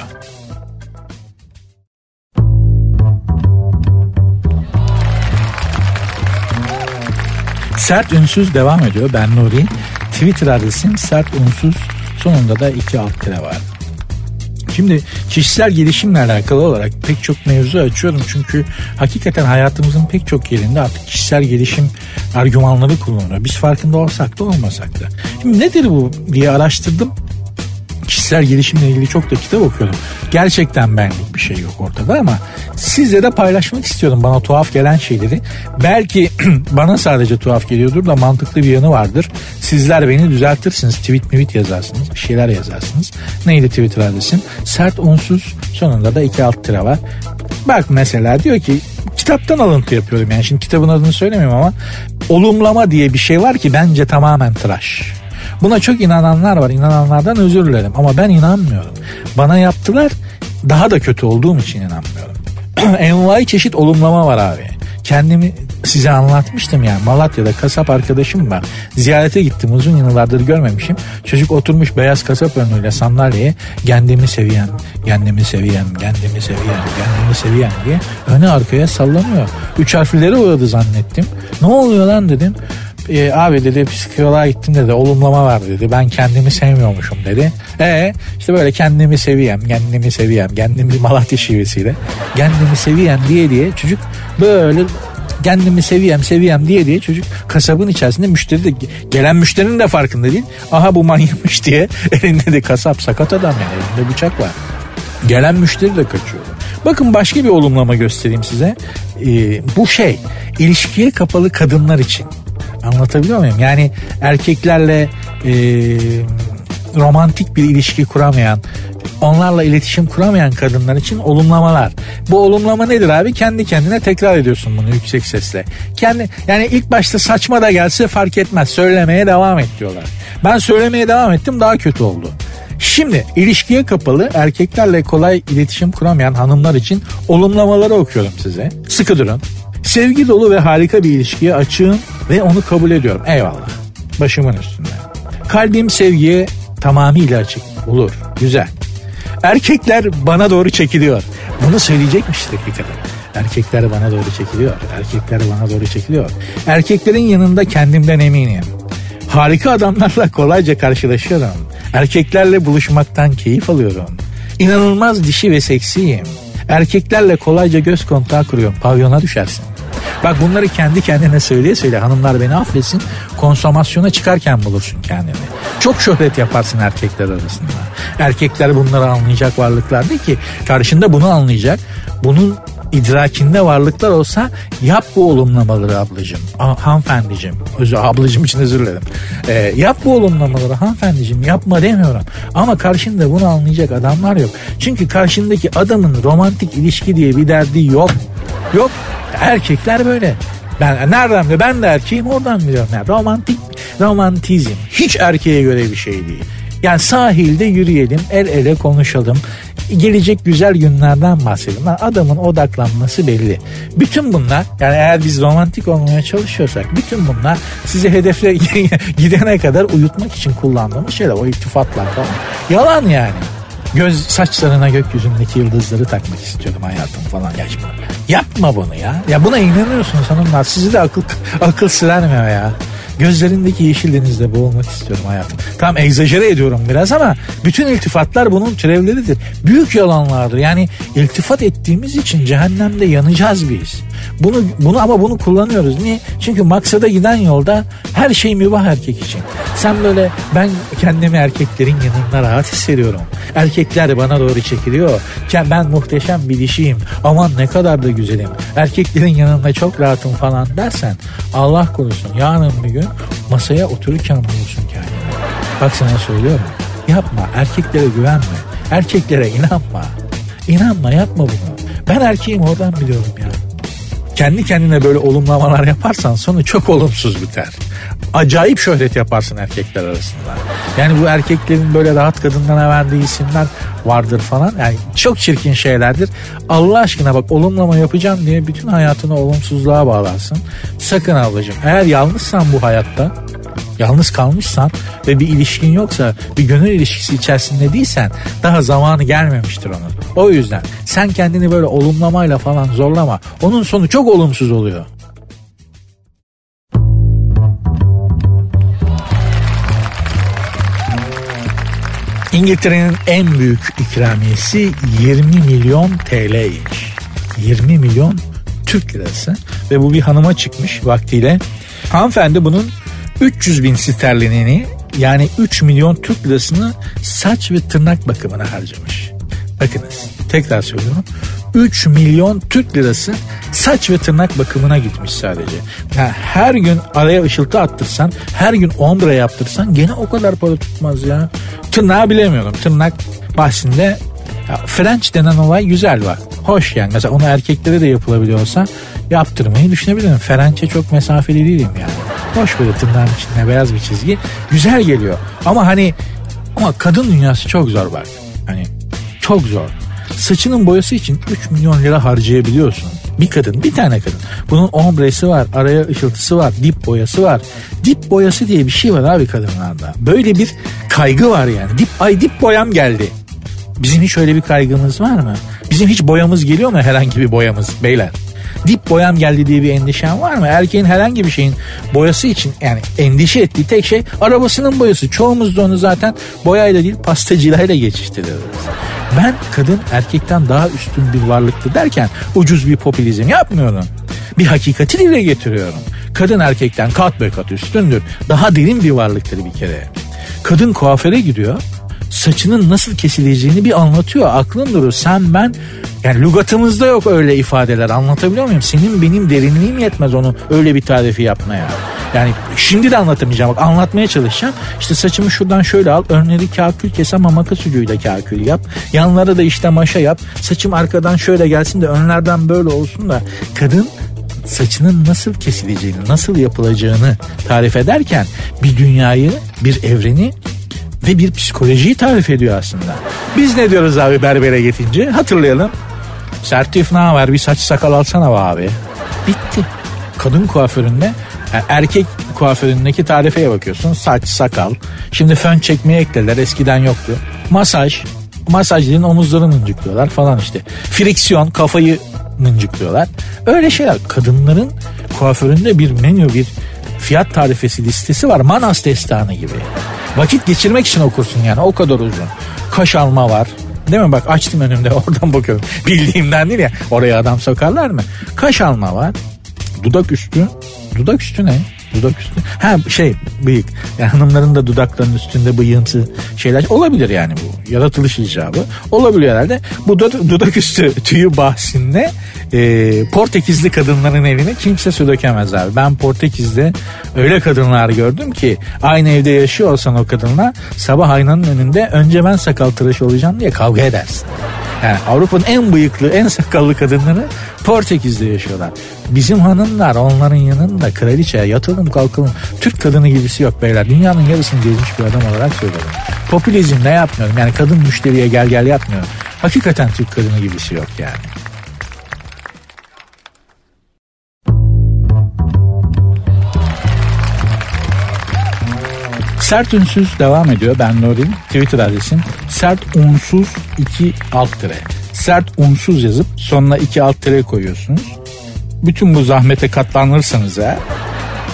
Sert Ünsüz devam ediyor. Ben Nuri. Twitter adresim sert unsuz, sonunda da iki alt tire var. Şimdi kişisel gelişimle alakalı olarak pek çok mevzu açıyorum. Çünkü hakikaten hayatımızın pek çok yerinde artık kişisel gelişim argümanları kullanılıyor. Biz farkında olsak da olmasak da. Şimdi nedir bu diye araştırdım. Kişisel gelişimle ilgili çok da kitap okuyorum. Gerçekten benlik bir şey yok ortada ama sizle de paylaşmak istiyorum bana tuhaf gelen şeyleri. Belki bana sadece tuhaf geliyordur da mantıklı bir yanı vardır. Sizler beni düzeltirsiniz. Tweet tweet yazarsınız. Bir şeyler yazarsınız. Neydi Twitter adresim? Sert unsuz, sonunda da iki alt tire var. Bak mesela diyor ki, kitaptan alıntı yapıyorum yani, şimdi kitabın adını söylemiyorum ama olumlama diye bir şey var ki bence tamamen tıraş. Buna çok inananlar var. İnananlardan özür dilerim. Ama ben inanmıyorum. Bana yaptılar. Daha da kötü olduğum için inanmıyorum. Envai çeşit olumlama var abi. Kendimi size anlatmıştım ya. Malatya'da kasap arkadaşım var. Ziyarete gittim. Uzun yıllardır görmemişim. Çocuk oturmuş beyaz kasap önüyle sandalyeye, kendimi seviyen, kendimi seviyen, kendimi seviyen, kendimi seviyen diye öne arkaya sallanıyor. Üç harflere uğradı zannettim. Ne oluyor lan dedim. E, abi dedi psikoloğa gittim dedi, olumlama var dedi, ben kendimi sevmiyormuşum dedi. E işte böyle kendimi seviyem, kendimi seviyem, kendimi Malatya şivesiyle kendimi seviyem diye diye çocuk böyle kendimi seviyem seviyem diye diye çocuk kasabın içerisinde, müşteri de, gelen müşterinin de farkında değil. Aha bu manyakmış diye elinde de kasap, sakat adam yani, elinde bıçak var. Gelen müşteri de kaçıyor. Bakın başka bir olumlama göstereyim size. Ee, bu şey ilişkiye kapalı kadınlar için. Anlatabiliyor muyum? Yani erkeklerle e, romantik bir ilişki kuramayan, onlarla iletişim kuramayan kadınlar için olumlamalar. Bu olumlama nedir abi? Kendi kendine tekrar ediyorsun bunu yüksek sesle. Kendi, yani ilk başta saçma da gelse fark etmez. Söylemeye devam et diyorlar. Ben söylemeye devam ettim, daha kötü oldu. Şimdi ilişkiye kapalı, erkeklerle kolay iletişim kuramayan hanımlar için olumlamaları okuyorum size. Sıkı durun. Sevgi dolu ve harika bir ilişkiye açığım ve onu kabul ediyorum. Eyvallah. Başımın üstünde. Kalbim sevgiye tamamıyla açık. Olur. Güzel. Erkekler bana doğru çekiliyor. Bunu söyleyecekmiştir bir kadın. Erkekler bana doğru çekiliyor. Erkekler bana doğru çekiliyor. Erkeklerin yanında kendimden eminim. Harika adamlarla kolayca karşılaşıyorum. Erkeklerle buluşmaktan keyif alıyorum. İnanılmaz dişi ve seksiyim. Erkeklerle kolayca göz kontağı kuruyorum. Pavyona düşersin. Bak bunları kendi kendine söyleye söyle. Hanımlar beni affetsin. Konsomasyona çıkarken bulursun kendini. Çok şöhret yaparsın erkekler arasında. Erkekler bunları anlayacak varlıklar değil ki. Karşında bunu anlayacak. Bunun idrakinde varlıklar olsa yap bu olumlamaları ablacığım, ah, hanımefendiciğim, özür, ablacığım için özür dilerim. Ee, yap bu olumlamaları hanımefendiciğim, yapma demiyorum. Ama karşında bunu anlayacak adamlar yok. Çünkü karşındaki adamın romantik ilişki diye bir derdi yok. Yok. Erkekler böyle. Ben nereden de ben de erkeğim, oradan biliyorum. Yani romantik, romantizm hiç erkeğe göre bir şey değil. Yani sahilde yürüyelim, el ele konuşalım. Gelecek güzel günlerden bahsedelim. Adamın odaklanması belli. Bütün bunlar, yani eğer biz romantik olmaya çalışıyorsak, bütün bunlar sizi hedefle gidene kadar uyutmak için kullandığımız şeyler. O iltifatlar falan. Yalan yani. Göz saçlarına gökyüzündeki yıldızları takmak istiyorum hayatım falan. Yapma. Yapma bunu ya. Ya buna inanıyorsunuz hanımlar. Sizi de akıl akıl sırarmıyor ya. Gözlerindeki yeşil denizde boğulmak istiyorum hayatım. Tamam, egzajere ediyorum biraz ama bütün iltifatlar bunun türevleridir. Büyük yalanlardır. Yani iltifat ettiğimiz için cehennemde yanacağız biz. Bunu bunu ama bunu kullanıyoruz. Niye? Çünkü maksada giden yolda her şey mübah erkek için. Sen böyle, ben kendimi erkeklerin yanında rahat hissediyorum. Erkekler bana doğru çekiliyor. Ben muhteşem bir dişiyim. Aman ne kadar da güzelim. Erkeklerin yanında çok rahatım falan dersen, Allah korusun yarın bir gün masaya otururken bulursun kendini. Bak sana söylüyorum. Yapma. Erkeklere güvenme. Erkeklere inanma. İnanma, yapma bunu. Ben erkeğim, oradan biliyorum ya. Kendi kendine böyle olumlamalar yaparsan sonu çok olumsuz biter. Acayip şöhret yaparsın erkekler arasında. Yani bu erkeklerin böyle rahat kadınlara verdiği isimler vardır falan. Yani çok çirkin şeylerdir. Allah aşkına bak, olumlama yapacağım diye bütün hayatını olumsuzluğa bağlarsın. Sakın ablacığım, eğer yalnızsan bu hayatta, yalnız kalmışsan ve bir ilişkin yoksa, bir gönül ilişkisi içerisinde değilsen, daha zamanı gelmemiştir onun. O yüzden sen kendini böyle olumlamayla falan zorlama. Onun sonu çok olumsuz oluyor. İngiltere'nin en büyük ikramiyesi yirmi milyon T L'ymiş. yirmi milyon Türk lirası ve bu bir hanıma çıkmış vaktiyle. Hanımefendi bunun üç yüz bin sterlinini, yani üç milyon Türk lirasını saç ve tırnak bakımına harcamış. Bakınız, tekrar söylüyorum. üç milyon Türk lirası saç ve tırnak bakımına gitmiş sadece. Yani her gün araya ışıltı attırsan, her gün ombre yaptırsan gene o kadar para tutmaz ya. Tırnağı bilemiyorum. Tırnak bahsinde ya, French denen olay güzel bak. Hoş yani. Mesela onu erkeklere de yapılabiliyorsa yaptırmayı düşünebilirim. French'e çok mesafeli değilim yani. Hoş, böyle tırnağın içinde beyaz bir çizgi. Güzel geliyor. Ama hani ama kadın dünyası çok zor bak. Hani çok zor. Saçının boyası için üç milyon lira harcayabiliyorsun. Bir kadın, bir tane kadın. Bunun ombresi var, araya ışıltısı var, dip boyası var. Dip boyası diye bir şey var abi kadınlarda. Böyle bir kaygı var yani. Dip, ay dip boyam geldi. Bizim hiç öyle bir kaygımız var mı? Bizim hiç boyamız geliyor mu, herhangi bir boyamız beyler? Dip boyam geldi diye bir endişen var mı? Erkeğin herhangi bir şeyin boyası için yani endişe ettiği tek şey arabasının boyası. Çoğumuz da onu zaten boyayla değil pastacılarla geçiştiriyoruz. Ben kadın erkekten daha üstün bir varlıktı derken ucuz bir popülizm yapmıyorum. Bir hakikati dile getiriyorum. Kadın erkekten kat be kat üstündür. Daha derin bir varlıktır bir kere. Kadın kuaföre gidiyor. Saçının nasıl kesileceğini bir anlatıyor. Aklın durur. Sen ben, yani lügatımızda yok öyle ifadeler, anlatabiliyor muyum? Senin benim derinliğim yetmez onu öyle bir tarifi yapmaya. Yani şimdi de anlatamayacağım. Bak, anlatmaya çalışacağım. İşte saçımı şuradan şöyle al. Önleri kakül kes ama makas ucuyla kakül yap. Yanlara da işte maşa yap. Saçım arkadan şöyle gelsin de önlerden böyle olsun da. Kadın saçının nasıl kesileceğini, nasıl yapılacağını tarif ederken bir dünyayı, bir evreni ve bir psikolojiyi tarif ediyor aslında. Biz ne diyoruz abi berbere gidince? Hatırlayalım. Sertif ne haber, bir saç sakal alsana abi. Bitti. Kadın kuaföründe, yani erkek kuaföründeki tarifeye bakıyorsun. Saç, sakal. Şimdi fön çekmeye eklediler. Eskiden yoktu. Masaj. Masajların omuzları mıncıklıyorlar falan işte. Friksiyon, kafayı mıncıklıyorlar. Öyle şeyler. Kadınların kuaföründe bir menü, bir fiyat tarifesi listesi var. Manas destanı gibi. Vakit geçirmek için okursun yani, o kadar uzun. Kaş alma var. Değil mi? Bak açtım önümde, oradan bakıyorum. Bildiğimden değil ya. Oraya adam sokarlar mı? Kaş alma var. Dudak üstü. Dudak üstü ne? Dudak üstü. Ha şey, bıyık. Yani hanımların da dudaklarının üstünde bıyığımsı şeyler olabilir yani bu. Yaratılış icabı. Olabiliyor herhalde. Bu da dudak üstü tüyü bahsinde e, Portekizli kadınların eline kimse su dökemez abi. Ben Portekiz'de öyle kadınlar gördüm ki aynı evde yaşıyor olsan o kadınla sabah aynanın önünde önce ben sakal tıraşı olacağım diye kavga edersin. Yani Avrupa'nın en bıyıklı, en sakallı kadınları Portekiz'de yaşıyorlar. Bizim hanımlar onların yanında kraliçeye yatalım kalkalım. Türk kadını gibisi yok beyler. Dünyanın yarısını gezmiş bir adam olarak söylüyorum. Popülizm ne yapmıyorum. Yani kadın müşteriye gel gel yapmıyorum. Hakikaten Türk kadını gibisi yok yani. Sert Unsuz devam ediyor. Ben Nuri'nin Twitter adresim sert unsuz iki alt tire. Sert unsuz yazıp sonuna iki alt tire koyuyorsunuz. Bütün bu zahmete katlanırsanız eğer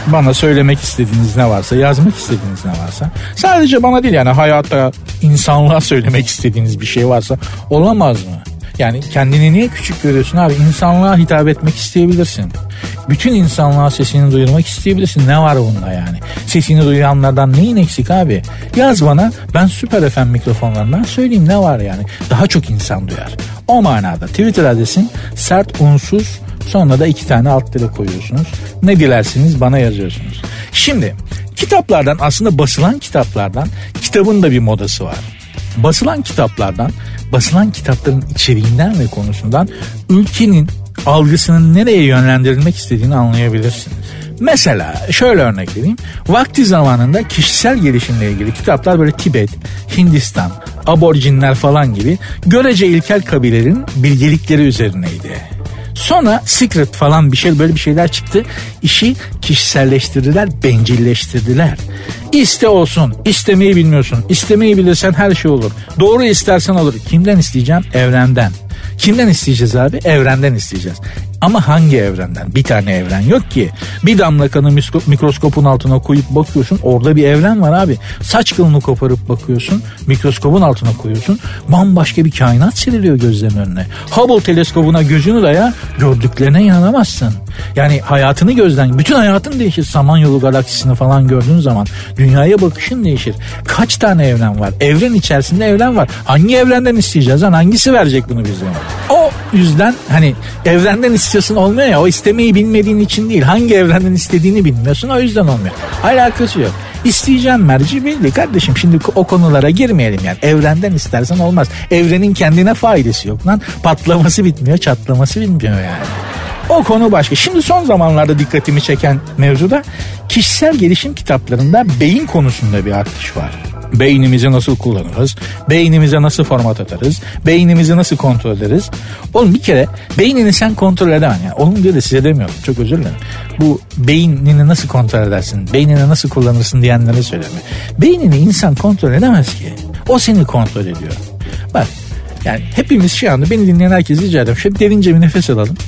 Bana söylemek istediğiniz ne varsa, yazmak istediğiniz ne varsa, sadece bana değil yani hayata, insanlığa söylemek istediğiniz bir şey varsa olamaz mı? Yani kendini niye küçük görüyorsun abi? İnsanlığa hitap etmek isteyebilirsin. Bütün insanlığa sesini duyurmak isteyebilirsin. Ne var bunda yani? Sesini duyanlardan neyin eksik abi? Yaz bana, ben Süper F M mikrofonlarından söyleyeyim, ne var yani? Daha çok insan duyar. O manada Twitter adresin sert unsuz, sonra da iki tane alt tire koyuyorsunuz. Ne dilersiniz bana yazıyorsunuz. Şimdi kitaplardan, aslında basılan kitaplardan, kitabın da bir modası var. Basılan kitaplardan, basılan kitapların içeriğinden ve konusundan ülkenin algısının nereye yönlendirilmek istediğini anlayabilirsiniz. Mesela şöyle örnek vereyim. Vakti zamanında kişisel gelişimle ilgili kitaplar böyle Tibet, Hindistan, aborjinler falan gibi görece ilkel kabilelerin bilgelikleri üzerineydi. Sonra Secret falan bir şey, böyle bir şeyler çıktı. İşi kişiselleştirdiler, bencilleştirdiler. İste olsun, istemeyi bilmiyorsun. İstemeyi bilirsen her şey olur. Doğru istersen olur. Kimden isteyeceğim? Evrenden. Kimden isteyeceğiz abi? Evrenden isteyeceğiz. Ama hangi evrenden? Bir tane evren yok ki. Bir damla kanı mikroskopun altına koyup bakıyorsun, orada bir evren var abi. Saç kılını koparıp bakıyorsun, mikroskopun altına koyuyorsun, bambaşka bir kainat seriliyor gözlerinin önüne. Hubble teleskobuna gözünü daya, gördüklerine inanamazsın. Yani hayatını gözden, bütün hayatın değişir. Samanyolu galaksisini falan gördüğün zaman dünyaya bakışın değişir. Kaç tane evren var? Evren içerisinde evren var. Hangi evrenden isteyeceğiz lan? Hangisi verecek bunu bize? O yüzden hani evrenden istiyorsun olmuyor ya, o istemeyi bilmediğin için değil, hangi evrenden istediğini bilmiyorsun, o yüzden olmuyor. Alakası yok. İsteyeceğim merci belli kardeşim, şimdi o konulara girmeyelim yani. Evrenden istersen olmaz. Evrenin kendine faydası yok lan, patlaması bitmiyor, çatlaması bitmiyor yani. O konu başka. Şimdi son zamanlarda dikkatimi çeken mevzuda kişisel gelişim kitaplarında beyin konusunda bir artış var. Beynimizi nasıl kullanırız? Beynimize nasıl format atarız? Beynimizi nasıl kontrol ederiz? Oğlum bir kere beynini sen kontrol edemem. Yani. Oğlum diye de size demiyorum. Çok özür dilerim. Bu beynini nasıl kontrol edersin? Beynini nasıl kullanırsın diyenlere söyleme. Beynini insan kontrol edemez ki. O seni kontrol ediyor. Bak yani hepimiz şu anda, beni dinleyen herkese rica ederim. Şöyle derince bir nefes alalım.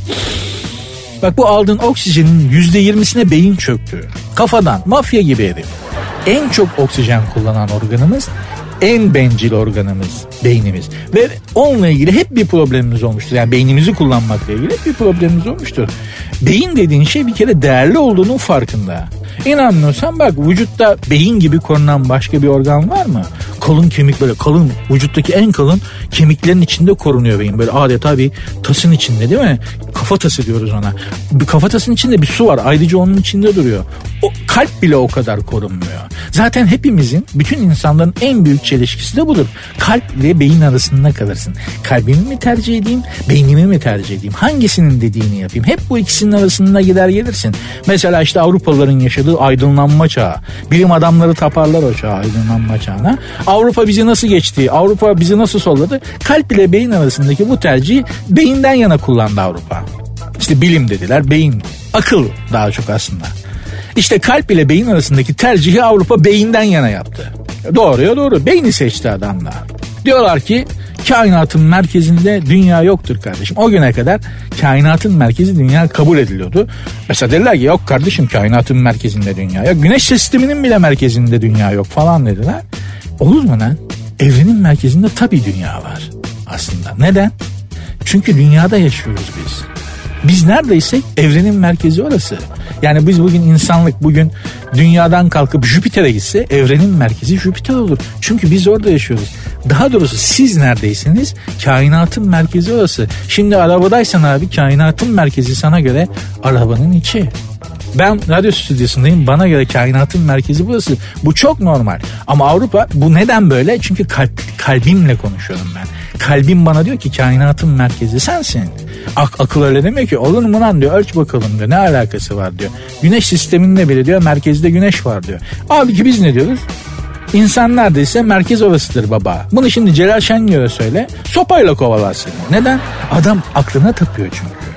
Bak bu aldığın oksijenin yüzde yirmisine beyin çöktü. Kafadan mafya gibi herif. En çok oksijen kullanan organımız, en bencil organımız beynimiz. Ve onunla ilgili hep bir problemimiz olmuştur. Yani beynimizi kullanmakla ilgili hep bir problemimiz olmuştur. Beyin dediğin şey bir kere değerli olduğunun farkında. İnanmıyorsan bak, vücutta beyin gibi korunan başka bir organ var mı? Kalın kemik, böyle kalın, vücuttaki en kalın kemiklerin içinde korunuyor beyin. Böyle adeta bir tasın içinde, değil mi? Kafa tası diyoruz ona. Bir kafa tasının içinde bir su var. Ayrıca onun içinde duruyor. O kalp bile o kadar korunmuyor. Zaten hepimizin, bütün insanların en büyük çelişkisi de budur. Kalp ile beyin arasında kalırsın. Kalbimi mi tercih edeyim, beynimi mi tercih edeyim? Hangisinin dediğini yapayım? Hep bu ikisinin arasında gider gelirsin. Mesela işte Avrupalıların yaşadığı aydınlanma çağı. Bilim adamları taparlar o çağı, aydınlanma çağına. Avrupa bizi nasıl geçti? Avrupa bizi nasıl solladı? Kalp ile beyin arasındaki bu tercihi beyinden yana kullandı Avrupa. İşte bilim dediler, beyin, akıl daha çok aslında. İşte kalp ile beyin arasındaki tercihi Avrupa beyinden yana yaptı. Doğruya doğru, beyni seçti adamlar. Diyorlar ki kainatın merkezinde dünya yoktur kardeşim. O güne kadar kainatın merkezi dünya kabul ediliyordu. Mesela dediler ki yok kardeşim, kainatın merkezinde dünya yok. Güneş sisteminin bile merkezinde dünya yok falan dediler. Olur mu lan? Evrenin merkezinde tabii dünya var aslında. Neden? Çünkü dünyada yaşıyoruz biz. Biz neredeysek evrenin merkezi orası. Yani biz bugün, insanlık bugün dünyadan kalkıp Jüpiter'e gitse evrenin merkezi Jüpiter olur. Çünkü biz orada yaşıyoruz. Daha doğrusu siz neredeyseniz kainatın merkezi orası. Şimdi arabadaysan abi, kainatın merkezi sana göre arabanın içi. Ben radyo stüdyosundayım, bana göre kainatın merkezi burası. Bu çok normal. Ama Avrupa, bu neden böyle? Çünkü kalp, kalbimle konuşuyorum ben. Kalbim bana diyor ki kainatın merkezi sensin. Ak, akıl öyle demiyor ki, olur mu lan diyor, ölç bakalım diyor, ne alakası var diyor. Güneş sisteminde bile diyor merkezde güneş var diyor. Abi ki biz ne diyoruz? İnsan neredeyse merkez orasıdır baba. Bunu şimdi Celal Şengör'e söyle, sopayla kovalar seni. Neden? Adam aklına tapıyor çünkü.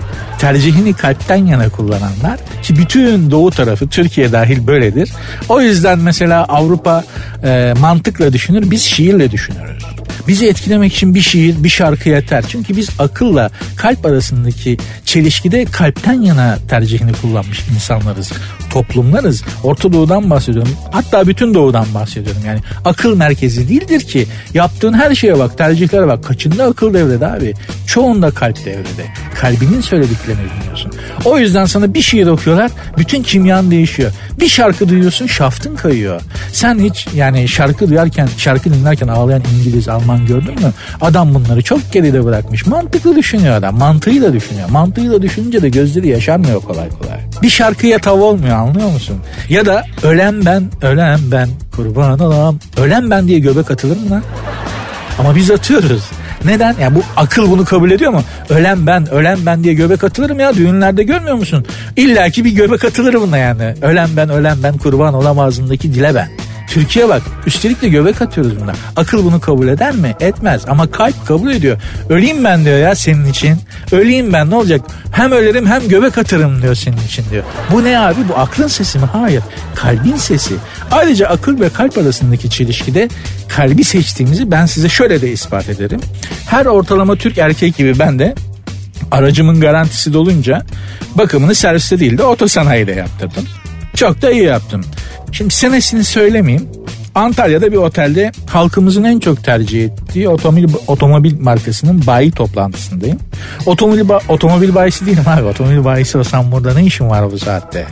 tercihini kalpten yana kullananlar, ki bütün doğu tarafı Türkiye dahil böyledir. O yüzden mesela Avrupa e, mantıkla düşünür, biz şiirle düşünürüz. Bizi etkilemek için bir şiir, bir şarkı yeter. Çünkü biz akılla kalp arasındaki çelişkide kalpten yana tercihini kullanmış insanlarız, toplumlarız. Orta Doğu'dan bahsediyorum. Hatta bütün Doğu'dan bahsediyorum. Yani akıl merkezi değildir ki. Yaptığın her şeye bak, tercihlere bak. Kaçında akıl devrede abi? Çoğunda kalp devrede. Kalbinin söylediklerini dinliyorsun. O yüzden sana bir şiir okuyorlar, bütün kimyan değişiyor. Bir şarkı duyuyorsun, şaftın kayıyor. Sen hiç yani şarkı duyarken, şarkı dinlerken ağlayan İngiliz, Alman gördün mü? Adam bunları çok geride bırakmış. Mantıklı düşünüyor adam. Mantığıyla düşünüyor. Mantığıyla düşününce de gözleri yaşarmıyor kolay kolay. Bir şarkıya tav olmuyor, anlıyor musun? Ya da ölen ben, ölen ben, kurban olam. Ölen ben diye göbek atılır mı lan? Ama biz atıyoruz. Neden? Ya bu akıl bunu kabul ediyor mu? Ölen ben, ölen ben diye göbek atılırım ya. Düğünlerde görmüyor musun? İlla ki bir göbek atılır buna yani. Ölen ben, ölen ben, kurban olam ağzındaki dile ben. Türkiye bak, üstelik de göbek atıyoruz buna. Akıl bunu kabul eder mi? Etmez. Ama kalp kabul ediyor. Öleyim ben diyor ya senin için. Öleyim ben, ne olacak? Hem ölerim hem göbek atarım diyor senin için diyor. Bu ne abi? Bu aklın sesi mi? Hayır. Kalbin sesi. Ayrıca akıl ve kalp arasındaki çelişkide kalbi seçtiğimizi ben size şöyle de ispat ederim. Her ortalama Türk erkek gibi ben de aracımın garantisi dolunca bakımını serviste değil de otosanayide yaptırdım. Çok da iyi yaptım. Şimdi senesini söylemeyeyim. Antalya'da bir otelde halkımızın en çok tercih ettiği otomobil, otomobil markasının bayi toplantısındayım. Otomobil, otomobil bayisi değilim abi. Otomobil bayisi olsam burada ne işim var bu saatte?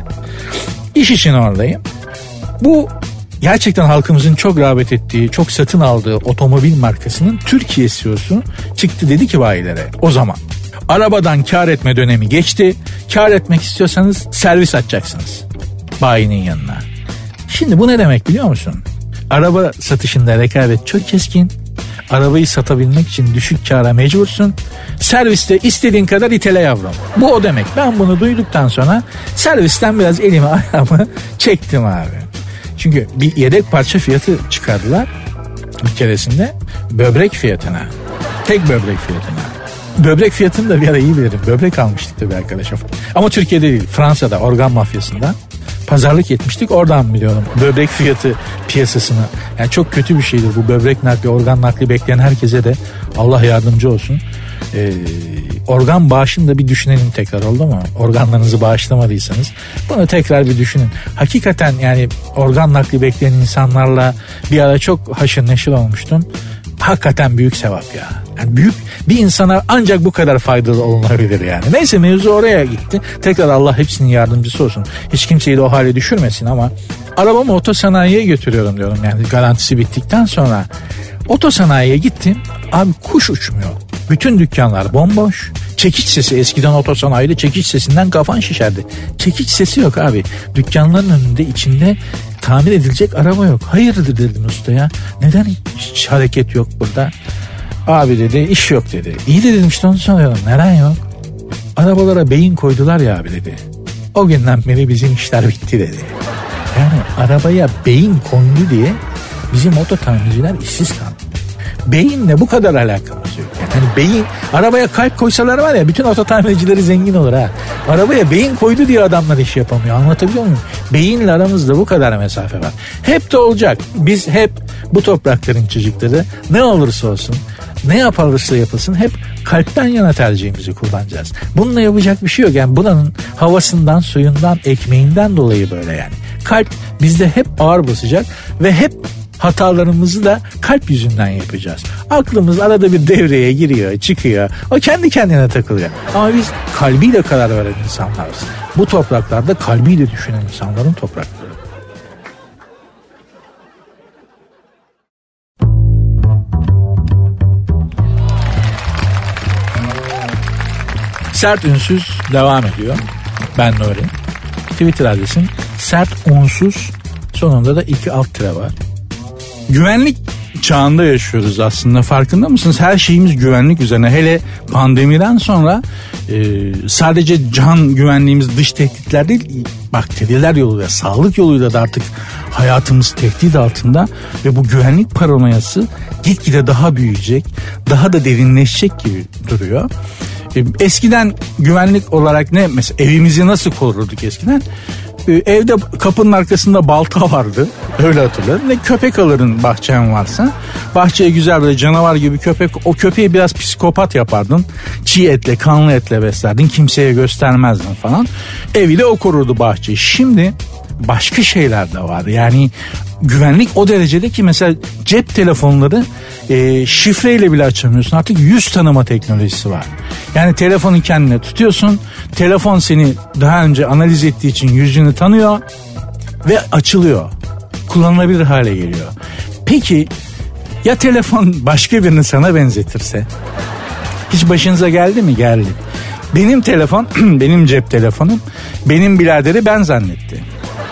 İş için oradayım. Bu gerçekten halkımızın çok rağbet ettiği, çok satın aldığı otomobil markasının Türkiye C E O'su çıktı, dedi ki bayilere o zaman. Arabadan kar etme dönemi geçti. Kar etmek istiyorsanız servis açacaksınız bayinin yanına. Şimdi bu ne demek biliyor musun? Araba satışında rekabet çok keskin. Arabayı satabilmek için düşük kâra mecbursun. Serviste istediğin kadar itele yavrum. Bu o demek. Ben bunu duyduktan sonra servisten biraz elimi ayağımı çektim abi. Çünkü bir yedek parça fiyatı çıkardılar bir keresinde. Böbrek fiyatına. Tek böbrek fiyatına. Böbrek fiyatını da bir ara iyi bilirim. Böbrek almıştık tabii arkadaşım. Ama Türkiye'de değil, Fransa'da organ mafyasından pazarlık etmiştik. Oradan biliyorum böbrek fiyatı piyasasını. Yani çok kötü bir şeydir bu böbrek nakli, organ nakli bekleyen herkese de Allah yardımcı olsun. Ee, organ bağışını da bir düşünelim tekrar, oldu mu? Organlarınızı bağışlamadıysanız bunu tekrar bir düşünün. Hakikaten yani organ nakli bekleyen insanlarla bir ara çok haşır neşir olmuştum. Hakikaten büyük sevap ya. Yani büyük bir insana ancak bu kadar faydalı olunabilir yani. Neyse, mevzu oraya gitti. Tekrar Allah hepsinin yardımcısı olsun. Hiç kimseyi de o hale düşürmesin ama arabamı otosanayiye götürüyorum diyorum. Yani garantisi bittikten sonra otosanayiye gittim. Abi kuş uçmuyor. Bütün dükkanlar bomboş. Çekiç sesi, eskiden otosanayide çekiç sesinden kafan şişerdi. Çekiç sesi yok abi. Dükkanların önünde, içinde tamir edilecek araba yok. Hayırdır dedim ustaya. Neden hiç hareket yok burada? Abi dedi iş yok dedi. İyi de dedim işte onu soruyorum. Neden yok? Arabalara beyin koydular ya abi dedi. O günden beri bizim işler bitti dedi. Yani arabaya beyin kondu diye bizim oto tamirciler işsiz kaldı. Beyinle bu kadar alakamız yok. Yani beyin, arabaya kalp koysalar var ya bütün oto tamircileri zengin olur ha. Arabaya beyin koydu diye adamlar iş yapamıyor. Anlatabiliyor muyum? Beyinle aramızda bu kadar mesafe var. Hep de olacak. Biz hep bu toprakların çocukları, ne olursa olsun, ne yapılırsa yapılsın hep kalpten yana tercihimizi kullanacağız. Bununla yapacak bir şey yok. Yani buranın havasından, suyundan, ekmeğinden dolayı böyle yani. Kalp bizde hep ağır basacak ve hep hatalarımızı da kalp yüzünden yapacağız. Aklımız arada bir devreye giriyor, çıkıyor. O kendi kendine takılıyor. Ama biz kalbiyle karar veren insanlarız. Bu topraklarda kalbiyle düşünen insanların toprakları. Sert Ünsüz devam ediyor. Ben Nuri. Twitter adresim sert unsuz, sonunda da iki alt tire var. Güvenlik çağında yaşıyoruz aslında, farkında mısınız? Her şeyimiz güvenlik üzerine. Hele pandemiden sonra e, sadece can güvenliğimiz dış tehditler değil, bakteriler yoluyla, sağlık yoluyla da artık hayatımız tehdit altında ve bu güvenlik paranoyası gitgide daha büyüyecek, daha da derinleşecek gibi duruyor. Eskiden güvenlik olarak ne mesela evimizi nasıl korurduk eskiden? Evde kapının arkasında balta vardı. Öyle hatırlıyorum. Ne köpek alırdın bahçen varsa. Bahçeye güzel böyle canavar gibi köpek. O köpeği biraz psikopat yapardın. Çiğ etle, kanlı etle beslerdin. Kimseye göstermezdin falan. Evi de o korurdu bahçeyi. Şimdi başka şeyler de var. Yani güvenlik o derecede ki mesela cep telefonları e, şifreyle bile açamıyorsun. Artık yüz tanıma teknolojisi var. Yani telefonu kendine tutuyorsun. Telefon seni daha önce analiz ettiği için yüzünü tanıyor ve açılıyor. Kullanılabilir hale geliyor. Peki ya telefon başka birini sana benzetirse? Hiç başınıza geldi mi? Geldi. Benim telefon, benim cep telefonum, benim biraderi ben zannetti.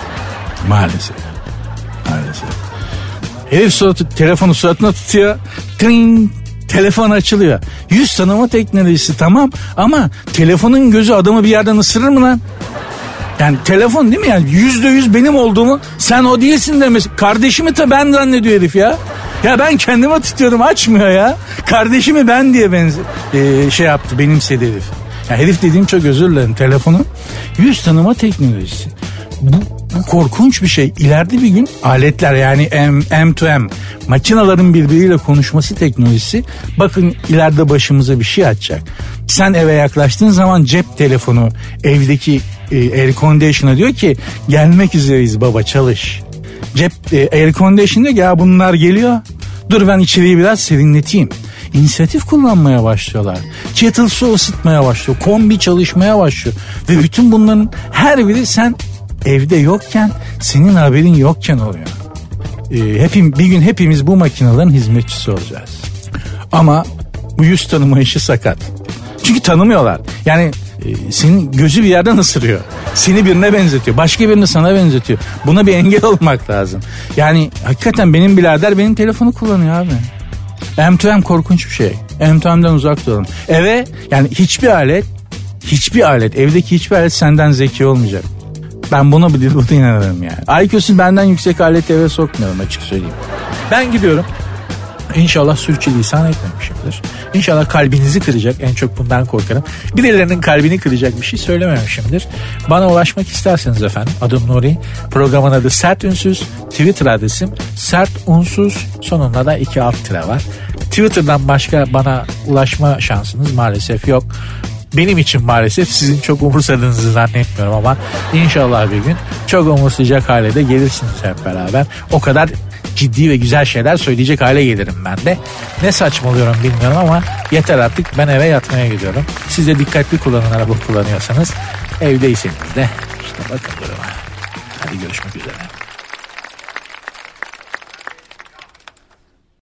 Maalesef. Maalesef. Herif suratı, telefonu suratına tutuyor. Tring, telefon açılıyor. Yüz tanıma teknolojisi tamam ama telefonun gözü adamı bir yerden ısırır mı lan? Yani telefon değil mi yani yüzde yüz benim olduğumu sen o değilsin demesi. Kardeşimi de ben zannediyor herif ya. Ya ben kendime tutuyorum açmıyor ya. Kardeşimi ben diye benzi ee, şey yaptı benimsedi herif. Ya herif dediğim çok özür dilerim telefonun yüz tanıma teknolojisi. Bu, bu korkunç bir şey. İleride bir gün aletler yani M to M makinaların birbiriyle konuşması teknolojisi bakın ileride başımıza bir şey açacak. Sen eve yaklaştığın zaman cep telefonu evdeki e, air conditioner'a diyor ki gelmek üzereyiz baba çalış. Cep e, air conditioner diyor ki ya bunlar geliyor. Dur ben içeriği biraz serinleteyim. İnisiyatif kullanmaya başlıyorlar. Kettle su ısıtmaya başlıyor. Kombi çalışmaya başlıyor. Ve bütün bunların her biri sen evde yokken senin haberin yokken oluyor. Ee, hepim, bir gün hepimiz bu makinelerin hizmetçisi olacağız. Ama bu yüz tanıma işi sakat. Çünkü tanımıyorlar. Yani e, senin gözü bir yerden ısırıyor. Seni birine benzetiyor. Başka birini sana benzetiyor. Buna bir engel olmak lazım. Yani hakikaten benim birader benim telefonu kullanıyor abi. M to M korkunç bir şey. M to M'den uzak durun. Eve yani hiçbir alet hiçbir alet evdeki hiçbir alet senden zeki olmayacak. Ben buna bir dilde inanırım yani. I Q'sun benden yüksek aleti eve sokmuyorum açık söyleyeyim. Ben gidiyorum. İnşallah sürçülisan etmemişimdir. İnşallah kalbinizi kıracak. En çok bundan korkarım. Birilerinin kalbini kıracak bir şey söylememişimdir. Bana ulaşmak isterseniz efendim. Adım Nuri. Programın adı Sert Ünsüz. Twitter adresim Sert Unsuz. Sonunda da iki alt tire var. Twitter'dan başka bana ulaşma şansınız maalesef yok. Benim için maalesef sizin çok umursadığınızı zannetmiyorum ama inşallah bir gün çok umursayacak hale de gelirsiniz hep beraber. O kadar ciddi ve güzel şeyler söyleyecek hale gelirim ben de. Ne saçmalıyorum bilmiyorum ama yeter artık ben eve yatmaya gidiyorum. Siz de dikkatli kullanın araba kullanıyorsanız. Evdeyseniz de işte bakın duruma. Hadi görüşmek üzere.